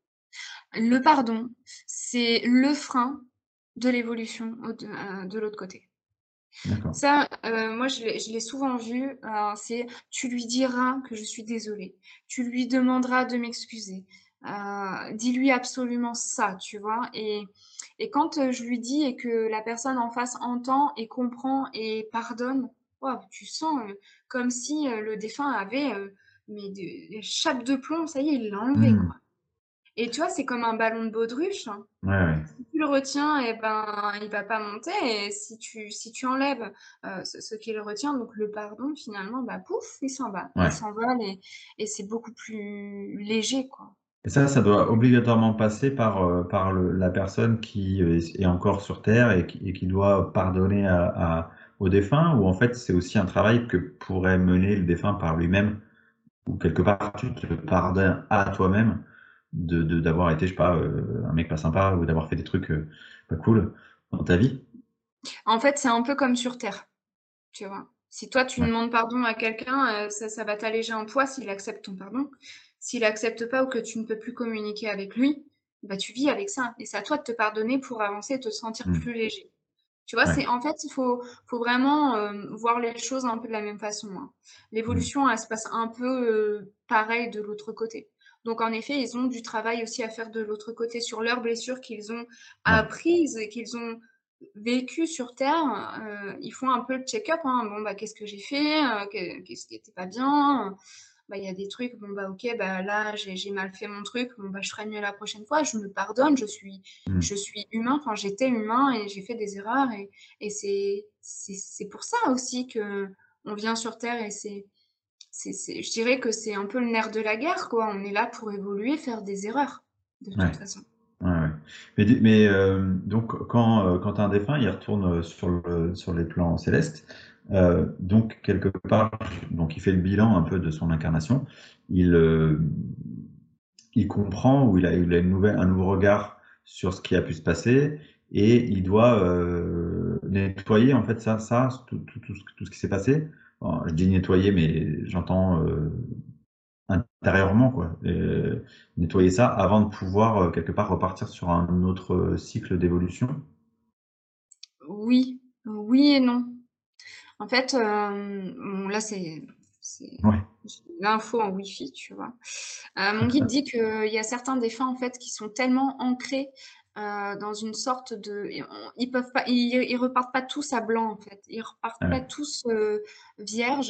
Le pardon, c'est le frein de l'évolution de l'autre côté. D'accord. Ça, moi, je l'ai souvent vu. C'est tu lui diras que je suis désolée. Tu lui demanderas de m'excuser. Dis-lui absolument ça, tu vois. Et quand je lui dis et que la personne en face entend et comprend et pardonne, waouh, tu sens comme si le défunt avait mais des chapes de plomb, ça y est, il l'a enlevé, Hmm. quoi. Et tu vois, c'est comme un ballon de baudruche, hein. Ouais, ouais, Si tu le retiens, et ben, il va pas monter. Et si tu enlèves ce qui le retient, donc le pardon, finalement, bah pouf, il s'en va. Il ouais. s'envole et c'est beaucoup plus léger, quoi. Et ça doit obligatoirement passer par la personne qui est encore sur Terre et qui doit pardonner au défunt, ou en fait c'est aussi un travail que pourrait mener le défunt par lui-même, ou quelque part tu te pardonnes à toi-même d'avoir été, je sais pas, un mec pas sympa ou d'avoir fait des trucs pas cool dans ta vie. En fait, c'est un peu comme sur Terre, tu vois. Si toi, tu Ouais. demandes pardon à quelqu'un, ça va t'alléger un poids s'il accepte ton pardon. S'il accepte pas ou que tu ne peux plus communiquer avec lui, bah tu vis avec ça. Et c'est à toi de te pardonner pour avancer et te sentir Hmm. plus léger. Tu vois, Ouais. c'est en fait, il faut vraiment voir les choses un peu de la même façon, hein. Hmm. L'évolution, elle se passe un peu pareil de l'autre côté. Donc, en effet, ils ont du travail aussi à faire de l'autre côté sur leurs blessures qu'ils ont Ouais. apprises et qu'ils ont vécues sur Terre. Ils font un peu le check-up, hein. Bon, bah, qu'est-ce que j'ai fait? Qu'est-ce qui était pas bien? Bah, il y a des trucs, bon, bah, ok, bah, là, j'ai mal fait mon truc, bon, bah, je ferai mieux la prochaine fois, je me pardonne, je suis, Hmm. je suis humain, enfin, j'étais humain et j'ai fait des erreurs et c'est pour ça aussi que on vient sur Terre et je dirais que c'est un peu le nerf de la guerre, quoi. On est là pour évoluer, faire des erreurs, de Ouais. toute façon. Ouais, ouais. Mais donc quand un défunt il retourne sur les plans célestes, donc quelque part, donc il fait le bilan un peu de son incarnation, il euh, il comprend ou il a un nouveau regard sur ce qui a pu se passer, et il doit nettoyer en fait tout ce qui s'est passé. Bon, je dis nettoyer, mais j'entends intérieurement, quoi. Nettoyer ça avant de pouvoir quelque part repartir sur un autre cycle d'évolution. Oui, oui et non. En fait, bon, là, c'est Ouais, l'info en Wi-Fi, tu vois. Mon guide dit qu'il y a certains défunts, en fait, qui sont tellement ancrés dans une sorte de... Ils peuvent pas, ils repartent pas tous à blanc, en fait. Ils repartent pas ouais. tous vierges.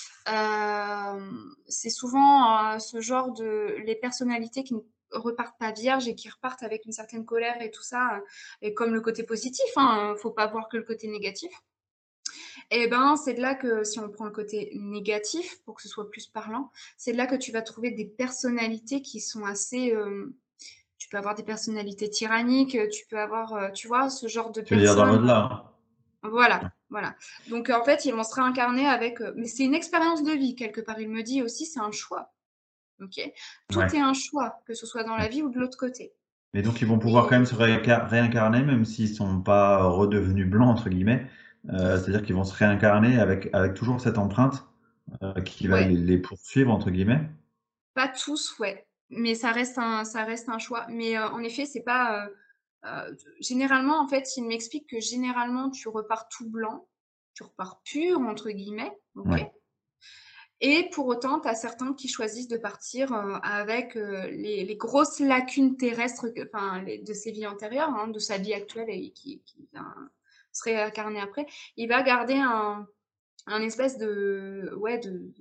C'est souvent ce genre de... Les personnalités qui ne repartent pas vierges et qui repartent avec une certaine colère et tout ça. Et comme le côté positif, hein, faut pas voir que le côté négatif. Et ben, c'est de là que, si on prend le côté négatif, pour que ce soit plus parlant, c'est de là que tu vas trouver des personnalités qui sont assez... tu peux avoir des personnalités tyranniques, tu peux avoir, tu vois, ce genre de Tu veux dire dans personnes. l'au-delà, Voilà, voilà. Donc, en fait, ils vont se réincarner avec... mais c'est une expérience de vie, quelque part. Il me dit aussi, c'est un choix. Ok. hein. Tout Ouais. est un choix, que ce soit dans la Ouais. vie ou de l'autre côté. Mais donc ils vont pouvoir quand même Et se réincarner, même s'ils sont pas redevenus blancs, entre guillemets. C'est-à-dire qu'ils vont se réincarner avec toujours cette empreinte qui va ouais, les poursuivre, entre guillemets. pas tous, ouais. Mais ça reste un choix. Mais en effet, c'est pas. Généralement, en fait, il m'explique que généralement, tu repars tout blanc, tu repars pur, entre guillemets, ok? Ouais, Et pour autant, tu as certains qui choisissent de partir avec les grosses lacunes terrestres enfin, de ses vies antérieures, hein, de sa vie actuelle et qui vient se réincarner après. Il va garder un espèce ouais,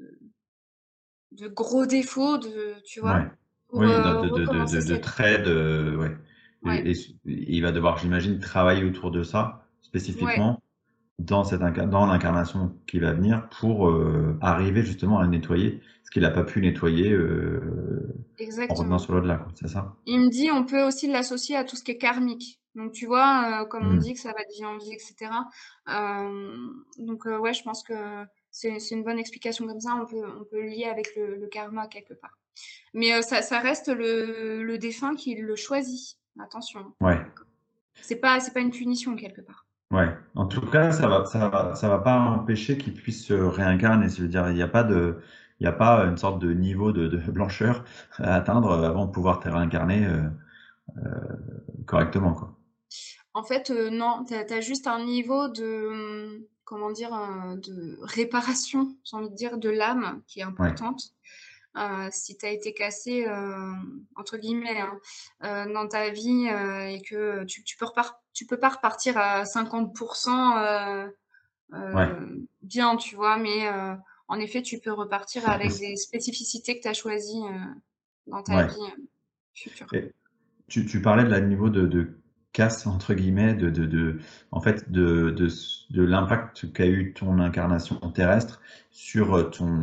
de gros défauts, tu vois, ouais. pour Oui, recommencer de cette... traits, ouais. Ouais, Et il va devoir, j'imagine, travailler autour de ça, ouais, spécifiquement, dans l'incarnation qui va venir, pour arriver justement à le nettoyer, ce qu'il n'a pas pu nettoyer en revenant exactement. sur l'au-delà, quoi. C'est ça? Il me dit, on peut aussi l'associer à tout ce qui est karmique. Donc, tu vois, comme on Hmm. dit que ça va de vie en vie, etc. Donc, ouais, je pense que c'est une bonne explication comme ça. On peut le lier avec le karma quelque part. Mais ça reste le défunt qui le choisit. Attention. Ouais. C'est pas une punition quelque part. Ouais, en tout cas, ça va pas empêcher qu'ils puissent se réincarner. Je veux dire, il y a pas une sorte de niveau de blancheur à atteindre avant de pouvoir te réincarner correctement, quoi. En fait, non, t'as juste un niveau de, comment dire, de réparation, j'ai envie de dire, de l'âme qui est Ouais, importante. Si tu as été cassé, entre guillemets, hein, dans ta vie et que tu peux pas repartir à 50% ouais, bien, tu vois, mais en effet, tu peux repartir Mais avec des spécificités que tu as choisies dans ta ouais. vie future. Et tu parlais de la niveau de casse entre guillemets, en fait, de l'impact qu'a eu ton incarnation terrestre sur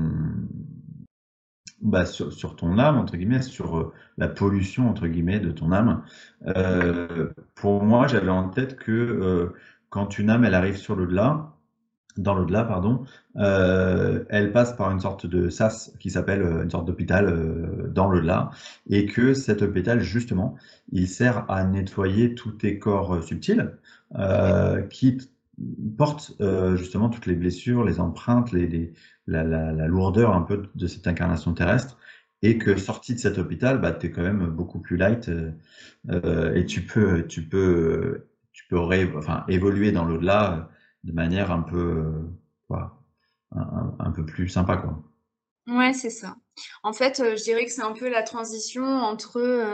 sur ton âme, entre guillemets, sur la pollution, entre guillemets, de ton âme. Pour moi, j'avais en tête que quand une âme, elle arrive sur l'au-delà, dans l'au-delà, pardon, elle passe par une sorte de sas qui s'appelle une sorte d'hôpital dans l'au-delà, et que cet hôpital, justement, il sert à nettoyer tous tes corps subtils Ouais, qui portent justement toutes les blessures, les empreintes, la lourdeur un peu de cette incarnation terrestre, et que ouais. sorti de cet hôpital, bah, tu es quand même beaucoup plus light et tu peux enfin, évoluer dans l'au-delà de manière un peu, voilà, un peu plus sympa, quoi. Ouais, c'est ça. En fait, je dirais que c'est un peu la transition entre,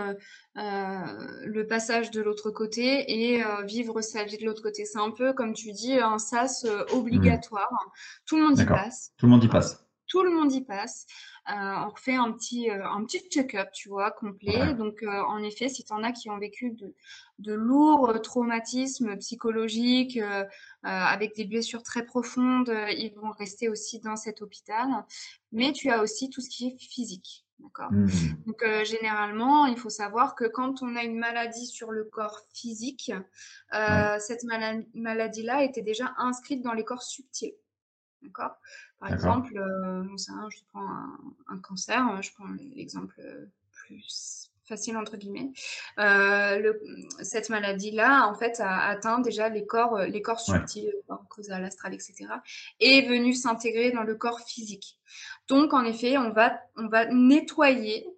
le passage de l'autre côté et vivre sa vie de l'autre côté. C'est un peu, comme tu dis, un sas, Hmm. obligatoire. Tout le monde y D'accord. passe. Tout le monde y Heu, passe. Tout le monde y passe. On refait un petit check-up, tu vois, complet. Ouais, Donc, en effet, si tu en as qui ont vécu de lourds traumatismes psychologiques, avec des blessures très profondes, ils vont rester aussi dans cet hôpital. Mais tu as aussi tout ce qui est physique, d'accord? hmm. Donc, généralement, il faut savoir que quand on a une maladie sur le corps physique, Ouais, cette maladie-là était déjà inscrite dans les corps subtils, d'accord? Par d'accord. exemple, j'en sais rien, je prends un cancer, je prends l'exemple plus facile entre guillemets. Cette maladie-là, en fait, a atteint déjà les corps Ouais. subtils, le corps causal, astral, etc., et est venue s'intégrer dans le corps physique. Donc, en effet, on va nettoyer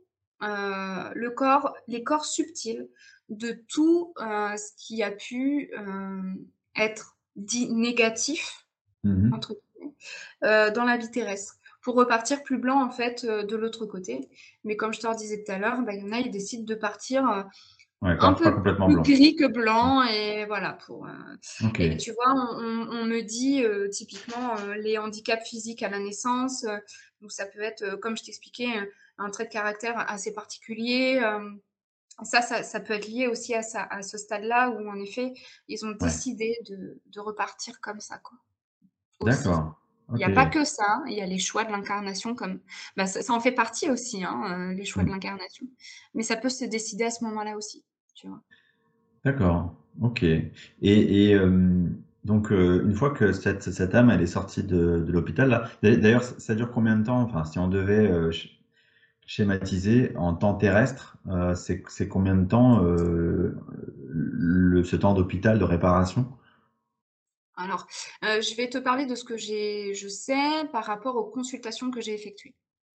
les corps subtils de tout ce qui a pu être dit négatif, Mhm. entre guillemets, dans la vie terrestre, pour repartir plus blanc en fait de l'autre côté. Mais comme je te le disais tout à l'heure, bah, il y en a, ils décident de partir Ouais, un pas peu complètement plus blanc. gris que blanc et voilà Ok. et tu vois, on me dit typiquement les handicaps physiques à la naissance, donc ça peut être, comme je t'expliquais, un trait de caractère assez particulier. Ça peut être lié aussi à ce stade-là où en effet, ils ont Ouais. décidé de repartir comme ça, quoi, aussi. D'accord. Il y Ok. a pas que ça, hein, il y a les choix de l'incarnation comme bah, ça en fait partie aussi, hein, les choix de Mm. l'incarnation. Mais ça peut se décider à ce moment-là aussi, tu vois? D'accord. Ok. Donc, une fois que cette âme, elle est sortie de l'hôpital, là, d'ailleurs, ça dure combien de temps? Enfin, si on devait schématiser en temps terrestre, c'est combien de temps ce temps d'hôpital de réparation? Alors, je vais te parler de ce que je sais par rapport aux consultations que j'ai effectuées.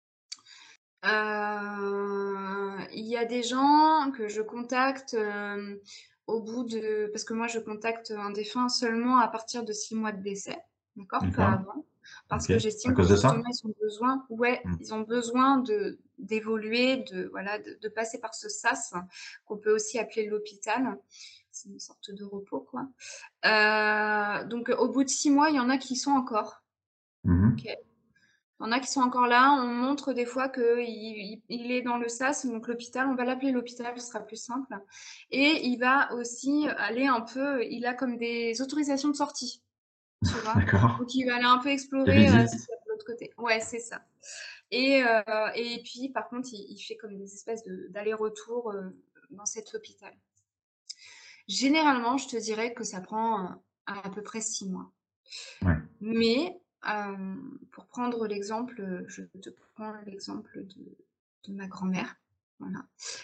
Il y a des gens que je contacte, au bout de parce que moi je contacte un défunt seulement à partir de 6 mois de décès, d'accord? Pas D'accord. avant. Parce Ok. que À j'estime que cause de justement ça? Mm. ils ont besoin d'évoluer, voilà, de passer par ce sas qu'on peut aussi appeler l'hôpital. C'est une sorte de repos, quoi. Donc au bout de 6 mois, il y en a qui y sont encore, Mhm. OK? Il y en a qui sont encore là. On montre des fois qu'il est dans le sas, donc l'hôpital, on va l'appeler l'hôpital, ce sera plus simple. Et il va aussi aller un peu, il a comme des autorisations de sortie, tu vois. D'accord. Donc il va aller un peu Des explorer ce visites. qu'il y a de l'autre côté. Ouais, c'est ça. Et puis, par contre, il fait comme des espèces d'aller-retour dans cet hôpital. Généralement, je te dirais que ça prend à peu près 6 mois. Ouais. Mais pour prendre l'exemple, je te prends l'exemple de ma grand-mère. Voilà.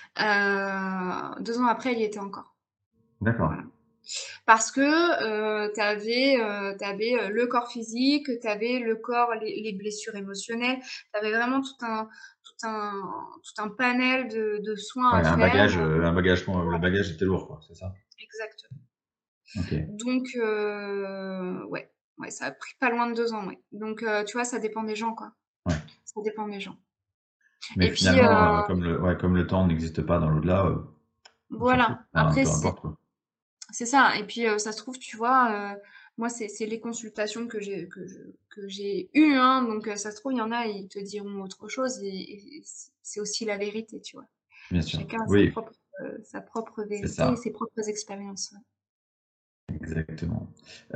2 ans après, elle y était encore. D'accord. Voilà. Parce que tu avais le corps physique, tu avais le corps, les blessures émotionnelles, tu avais vraiment tout un, tout un panel de soins Ouais, à faire. le Voilà, bagage était lourd, quoi, c'est ça? exactement. Ok. Donc, ouais, ouais, ça a pris pas loin de 2 ans, ouais. Donc, tu vois, ça dépend des gens, quoi. Ouais. Ça dépend des gens. Mais Et puis, finalement, comme le temps n'existe pas dans l'au-delà, on s'en fout. voilà. Enfin, Après, peu importe, quoi. c'est ça. Et puis, ça se trouve, tu vois, moi, c'est les consultations que j'ai eues, hein. Donc, ça se trouve, il y en a, ils te diront autre chose et c'est aussi la vérité, tu vois. Bien sûr. Chacun a Oui, sa propre c'est vérité et ça. ses propres expériences, ouais. Exactement.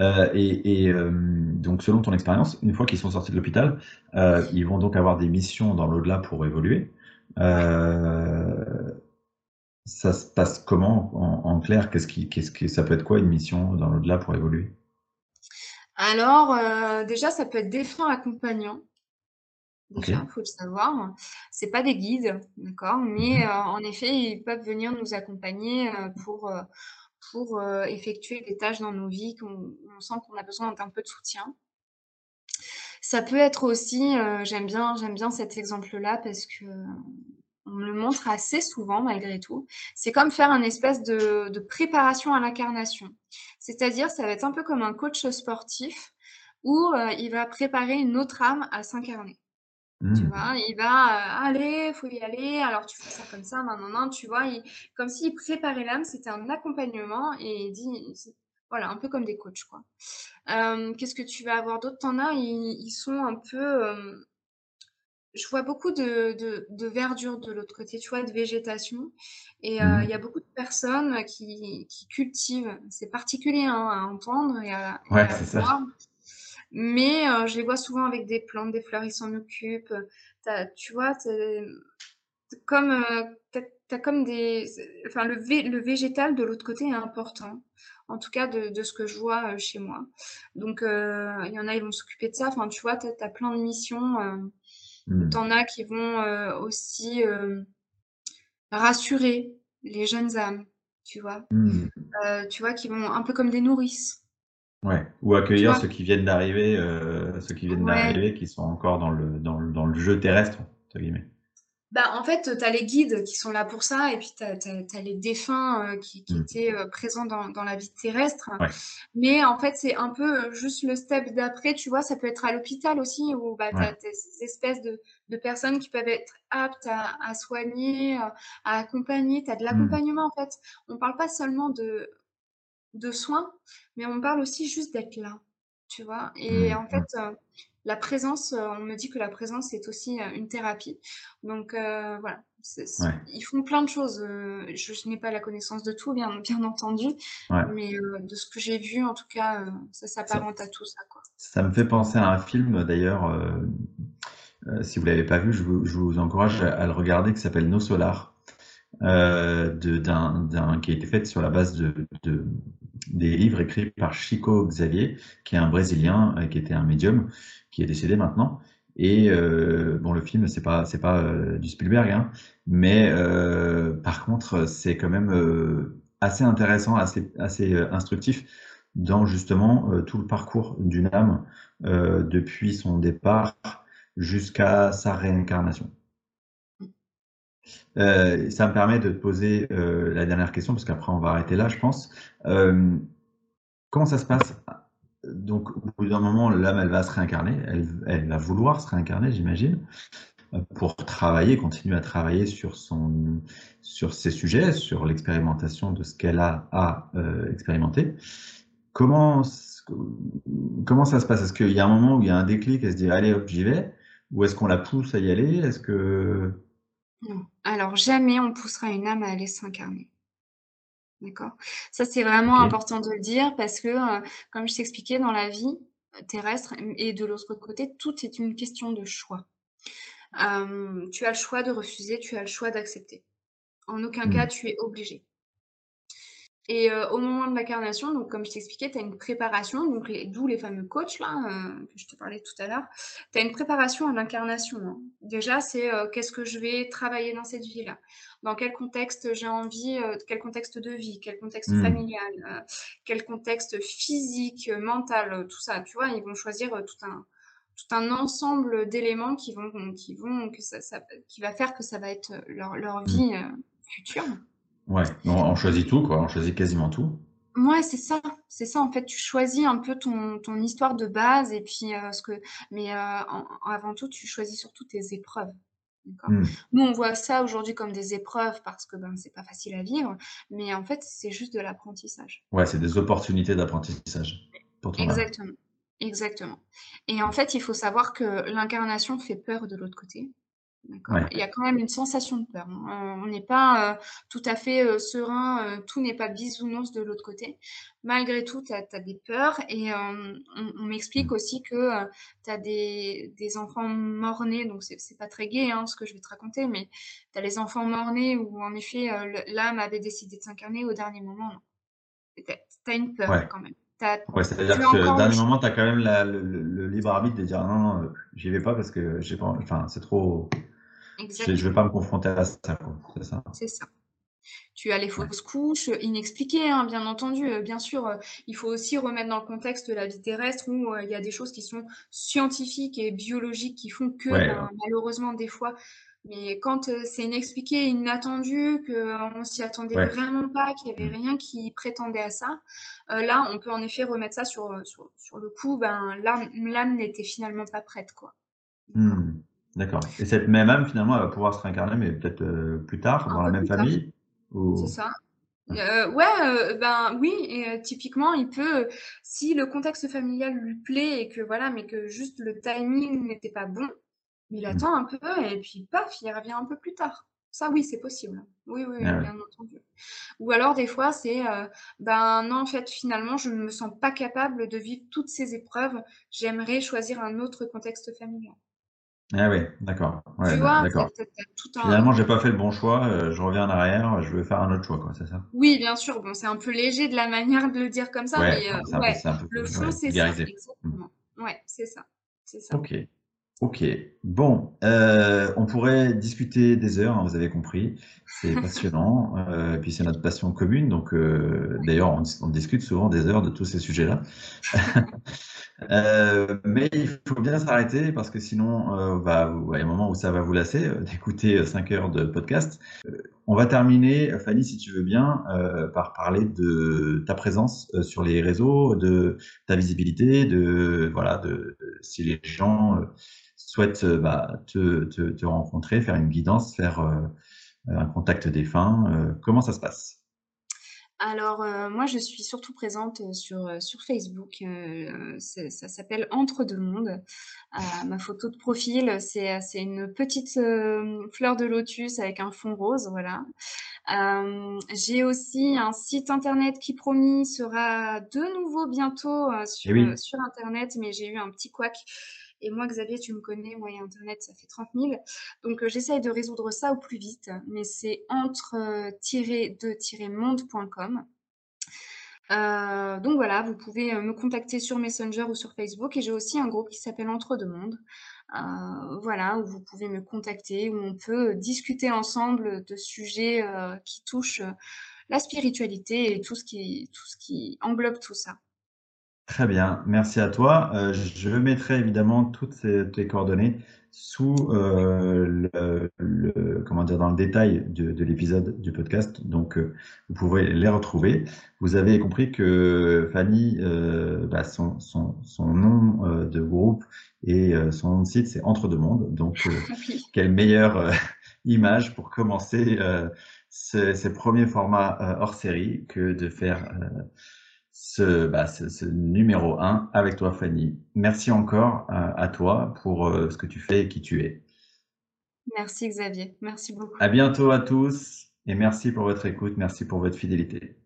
Donc, selon ton expérience, une fois qu'ils sont sortis de l'hôpital, ils vont donc avoir des missions dans l'au-delà pour évoluer. Ouais. Euh, Ça se passe comment en clair? Ça peut être quoi une mission dans l'au-delà pour évoluer? Alors, déjà, ça peut être défunt accompagnant. Ok. Déjà, faut le savoir. C'est pas des guides, d'accord? Mais, Mhm. en effet, ils peuvent venir nous accompagner, pour, effectuer des tâches dans nos vies qu'on on sent qu'on a besoin d'un peu de soutien. Ça peut être aussi, j'aime bien cet exemple-là parce que on me le montre assez souvent malgré tout. C'est comme faire un espèce de préparation à l'incarnation. C'est-à-dire, ça va être un peu comme un coach sportif où, il va préparer une autre âme à s'incarner. Tu Mhm. vois? Il va, «Allez, faut y aller, alors tu fais ça comme ça, nin tu vois? Comme s'il préparait l'âme, c'était un accompagnement et il dit c'est voilà, un peu comme des coachs, quoi. Qu'est-ce que tu vas avoir d'autre? Tu as, ils sont un peu, je vois beaucoup de verdure de l'autre côté, tu vois? De végétation et il y a Mhm. beaucoup de personnes qui cultivent. C'est particulier, hein, à entendre et Ouais, à c'est ça. voir. Mais je les vois souvent avec des plantes, des fleurs, ils s'en occupent. Tu vois, c'est comme, tu comme des enfin le végétal de l'autre côté est important. En tout cas de ce que je vois, chez moi. Donc il y en a, ils vont s'occuper de ça. Enfin, tu vois, tu as plein de missions, tu Mhm. as qui vont, aussi, rassurer les jeunes âmes, tu vois? Mmh. Tu vois, qui vont un peu comme des nourrices, Ouais, ou tu accueillir vois? ceux qui viennent Ouais. d'arriver, qui sont encore dans le «jeu terrestre» entre guillemets. Bah, en fait, tu as les guides qui sont là pour ça et puis tu as les défunts, qui Mmh. étaient, présents dans la vie terrestre. Ouais, Mais en fait, c'est un peu, juste le step d'après, tu vois? Ça peut être à l'hôpital aussi où, bah, tu ouais. as ces espèces de personnes qui peuvent être aptes à soigner, à accompagner. Tu as de Mmh. l'accompagnement, en fait. On parle pas seulement de soins, mais on parle aussi juste d'être là, tu vois? Et Mmh. en fait, Mmh. la présence, on me dit que la présence est aussi, une thérapie. Donc voilà, Ouais, ils font plein de choses, je n'ai pas la connaissance de tout, bien entendu, ouais. mais de ce que j'ai vu, en tout cas, ça Ça s'apparente à tout ça, quoi. ça me fait penser à un film d'ailleurs, si vous l'avez pas vu, je vous encourage à le regarder, qui s'appelle No Solar, qui a été fait sur la base des livres écrits par Chico Xavier, qui est un Brésilien, qui était un médium, qui est décédé maintenant. Et bon, le film, c'est pas du Spielberg, hein, mais par contre, c'est quand même assez intéressant, assez instructif dans justement tout le parcours d'une âme depuis son départ jusqu'à sa réincarnation. Ça me permet de te poser la dernière question, parce qu'après on va arrêter là, je pense. Euh, Comment ça se passe? Donc, au bout d'un moment, l'âme, elle va se réincarner, elle va vouloir se réincarner, j'imagine, pour travailler, continuer à travailler sur ses sujets, sur l'expérimentation de ce qu'elle a à expérimenter. Comment, comment ça se passe? Est-ce qu'il y a un moment où il y a un déclic, elle se dit, allez hop, j'y vais? Ou est-ce qu'on la pousse à y aller? Est-ce que... Non. Alors jamais on poussera une âme à aller s'incarner, d'accord? Ça, c'est vraiment Ok. important de le dire parce que, comme je t'expliquais, dans la vie, terrestre et de l'autre côté, tout est une question de choix. Tu as le choix de refuser, tu as le choix d'accepter. En aucun cas, Hmm. tu es obligé. Et au moment de l'incarnation, donc comme je t'expliquais, tu as une préparation, donc d'où les fameux coachs là, que je te parlais tout à l'heure. Tu as une préparation à l'incarnation, hein. Déjà, c'est qu'est-ce que je vais travailler dans cette vie-là? Dans quel contexte j'ai envie, quel contexte de vie, quel contexte Hmm. familial, quel contexte physique, mental, tout ça. Tu vois, ils vont choisir tout un ensemble d'éléments qui va faire que ça va être leur Hmm. vie future. Ouais, on choisit tout, quoi. On choisit quasiment tout. Ouais, c'est ça en fait, tu choisis un peu ton histoire de base et puis, mais, avant tout, tu choisis surtout tes épreuves, d'accord? Hmm. Nous, on voit ça aujourd'hui comme des épreuves parce que, ben, c'est pas facile à vivre, mais en fait, c'est juste de l'apprentissage. Ouais, c'est des opportunités d'apprentissage pour ton âme. Exactement, exactement. Et en fait, il faut savoir que l'incarnation fait peur de l'autre côté. D'accord. Ouais, Il y a quand même une sensation de peur, hein. On n'est pas tout à fait serein, tout n'est pas bisounours de l'autre côté. Malgré tout, tu as des peurs et on m'explique hmm. aussi que tu as des enfants morts-nés, donc c'est pas très gai hein, ce que je vais te raconter, mais tu as les enfants morts-nés où en effet l'âme avait décidé de s'incarner au dernier moment. Tu as une peur Ouais, quand même. T'as, ouais, c'est-à-dire tu as que encore le dernier choix. moment, tu as quand même le libre arbitre de dire non, non, j'y vais pas parce que j'ai pas, enfin, c'est trop, je vais Exactement, pas me confronter à ça, quoi. C'est ça. c'est ça. Tu as les Ouais, fausses couches, inexpliquées, hein, bien entendu. Bien sûr, il faut aussi remettre dans le contexte la vie terrestre où il y a des choses qui sont scientifiques et biologiques qui font que, ouais, ben, malheureusement, des fois, mais quand c'est inexpliqué, inattendu, qu'on s'y attendait ouais. vraiment pas, qu'il y avait Hmm. rien qui prétendait à ça, là, on peut en effet remettre ça sur le coup, ben, l'âme n'était finalement pas prête, quoi. D'accord. Hmm. D'accord. Et cette même âme, finalement, elle va pouvoir se réincarner, mais peut-être plus tard, Un dans la peu même plus tard, famille? c'est Ou... ça. Ouais, ben, oui et typiquement, il peut, si le contexte familial lui plaît et que voilà, mais que juste le timing n'était pas bon, il Hmm. attend un peu et puis paf, il revient un peu plus tard. Ça oui, c'est possible. Oui, oui, oui, Ah ouais. bien entendu. Ou alors des fois c'est, ben, non, en fait, finalement, je ne me sens pas capable de vivre toutes ces épreuves, j'aimerais choisir un autre contexte familial. Ah ouais, d'accord. Ouais, Tu vois? Tu d'accord. as tout Finalement, un j'ai pas fait le bon choix, je reviens en arrière, je vais faire un autre choix, quoi, c'est ça? Oui, bien sûr, bon, c'est un peu léger de la manière de le dire comme ça, Ouais, mais enfin, ouais, c'est un peu, le fond, ouais, c'est ça, vulgarisé. Hmm. exactement. Ouais, c'est ça, c'est ça. Ok. Ok, bon, on pourrait discuter des heures, hein, vous avez compris, c'est passionnant, puis c'est notre passion commune, donc d'ailleurs on discute souvent des heures de tous ces sujets-là. Mais il faut bien s'arrêter parce que sinon, il y a un moment où ça va vous lasser d'écouter 5 heures de podcast. On va terminer, Fanny, si tu veux bien, par parler de ta présence sur les réseaux, de ta visibilité, si les gens souhaitent te rencontrer, faire une guidance, faire un contact défunt. Comment ça se passe? Alors, moi, je suis surtout présente, sur Facebook, ça s'appelle Entre 2 mondes. Ma photo de profil, c'est une petite, fleur de lotus avec un fond rose, voilà. J'ai aussi un site internet qui, promis, sera de nouveau bientôt, Eh oui, sur internet, mais j'ai eu un petit couac et moi, Xavier, tu me connais, moi et internet, ça fait 30 000. Donc, j'essaye de résoudre ça au plus vite, mais c'est entre-2-monde.com. Donc voilà, vous pouvez me contacter sur Messenger ou sur Facebook et j'ai aussi un groupe qui s'appelle Entre deux mondes. Voilà, où vous pouvez me contacter, où on peut discuter ensemble de sujets qui touchent la spiritualité et tout ce qui englobe tout ça. très bien, merci à toi. Je mettrai évidemment tes coordonnées sous comment dire, dans le détail de l'épisode du podcast, donc vous pourrez les retrouver. Vous avez compris que Fanny, son nom de groupe et son nom de site, c'est Entre deux mondes. Donc, Oui, quelle meilleure image pour commencer ces premiers formats hors série que de faire ce numéro un avec toi, Fanny. Merci encore à toi pour ce que tu fais et qui tu es. merci Xavier, merci beaucoup. À bientôt à tous et merci pour votre écoute, merci pour votre fidélité.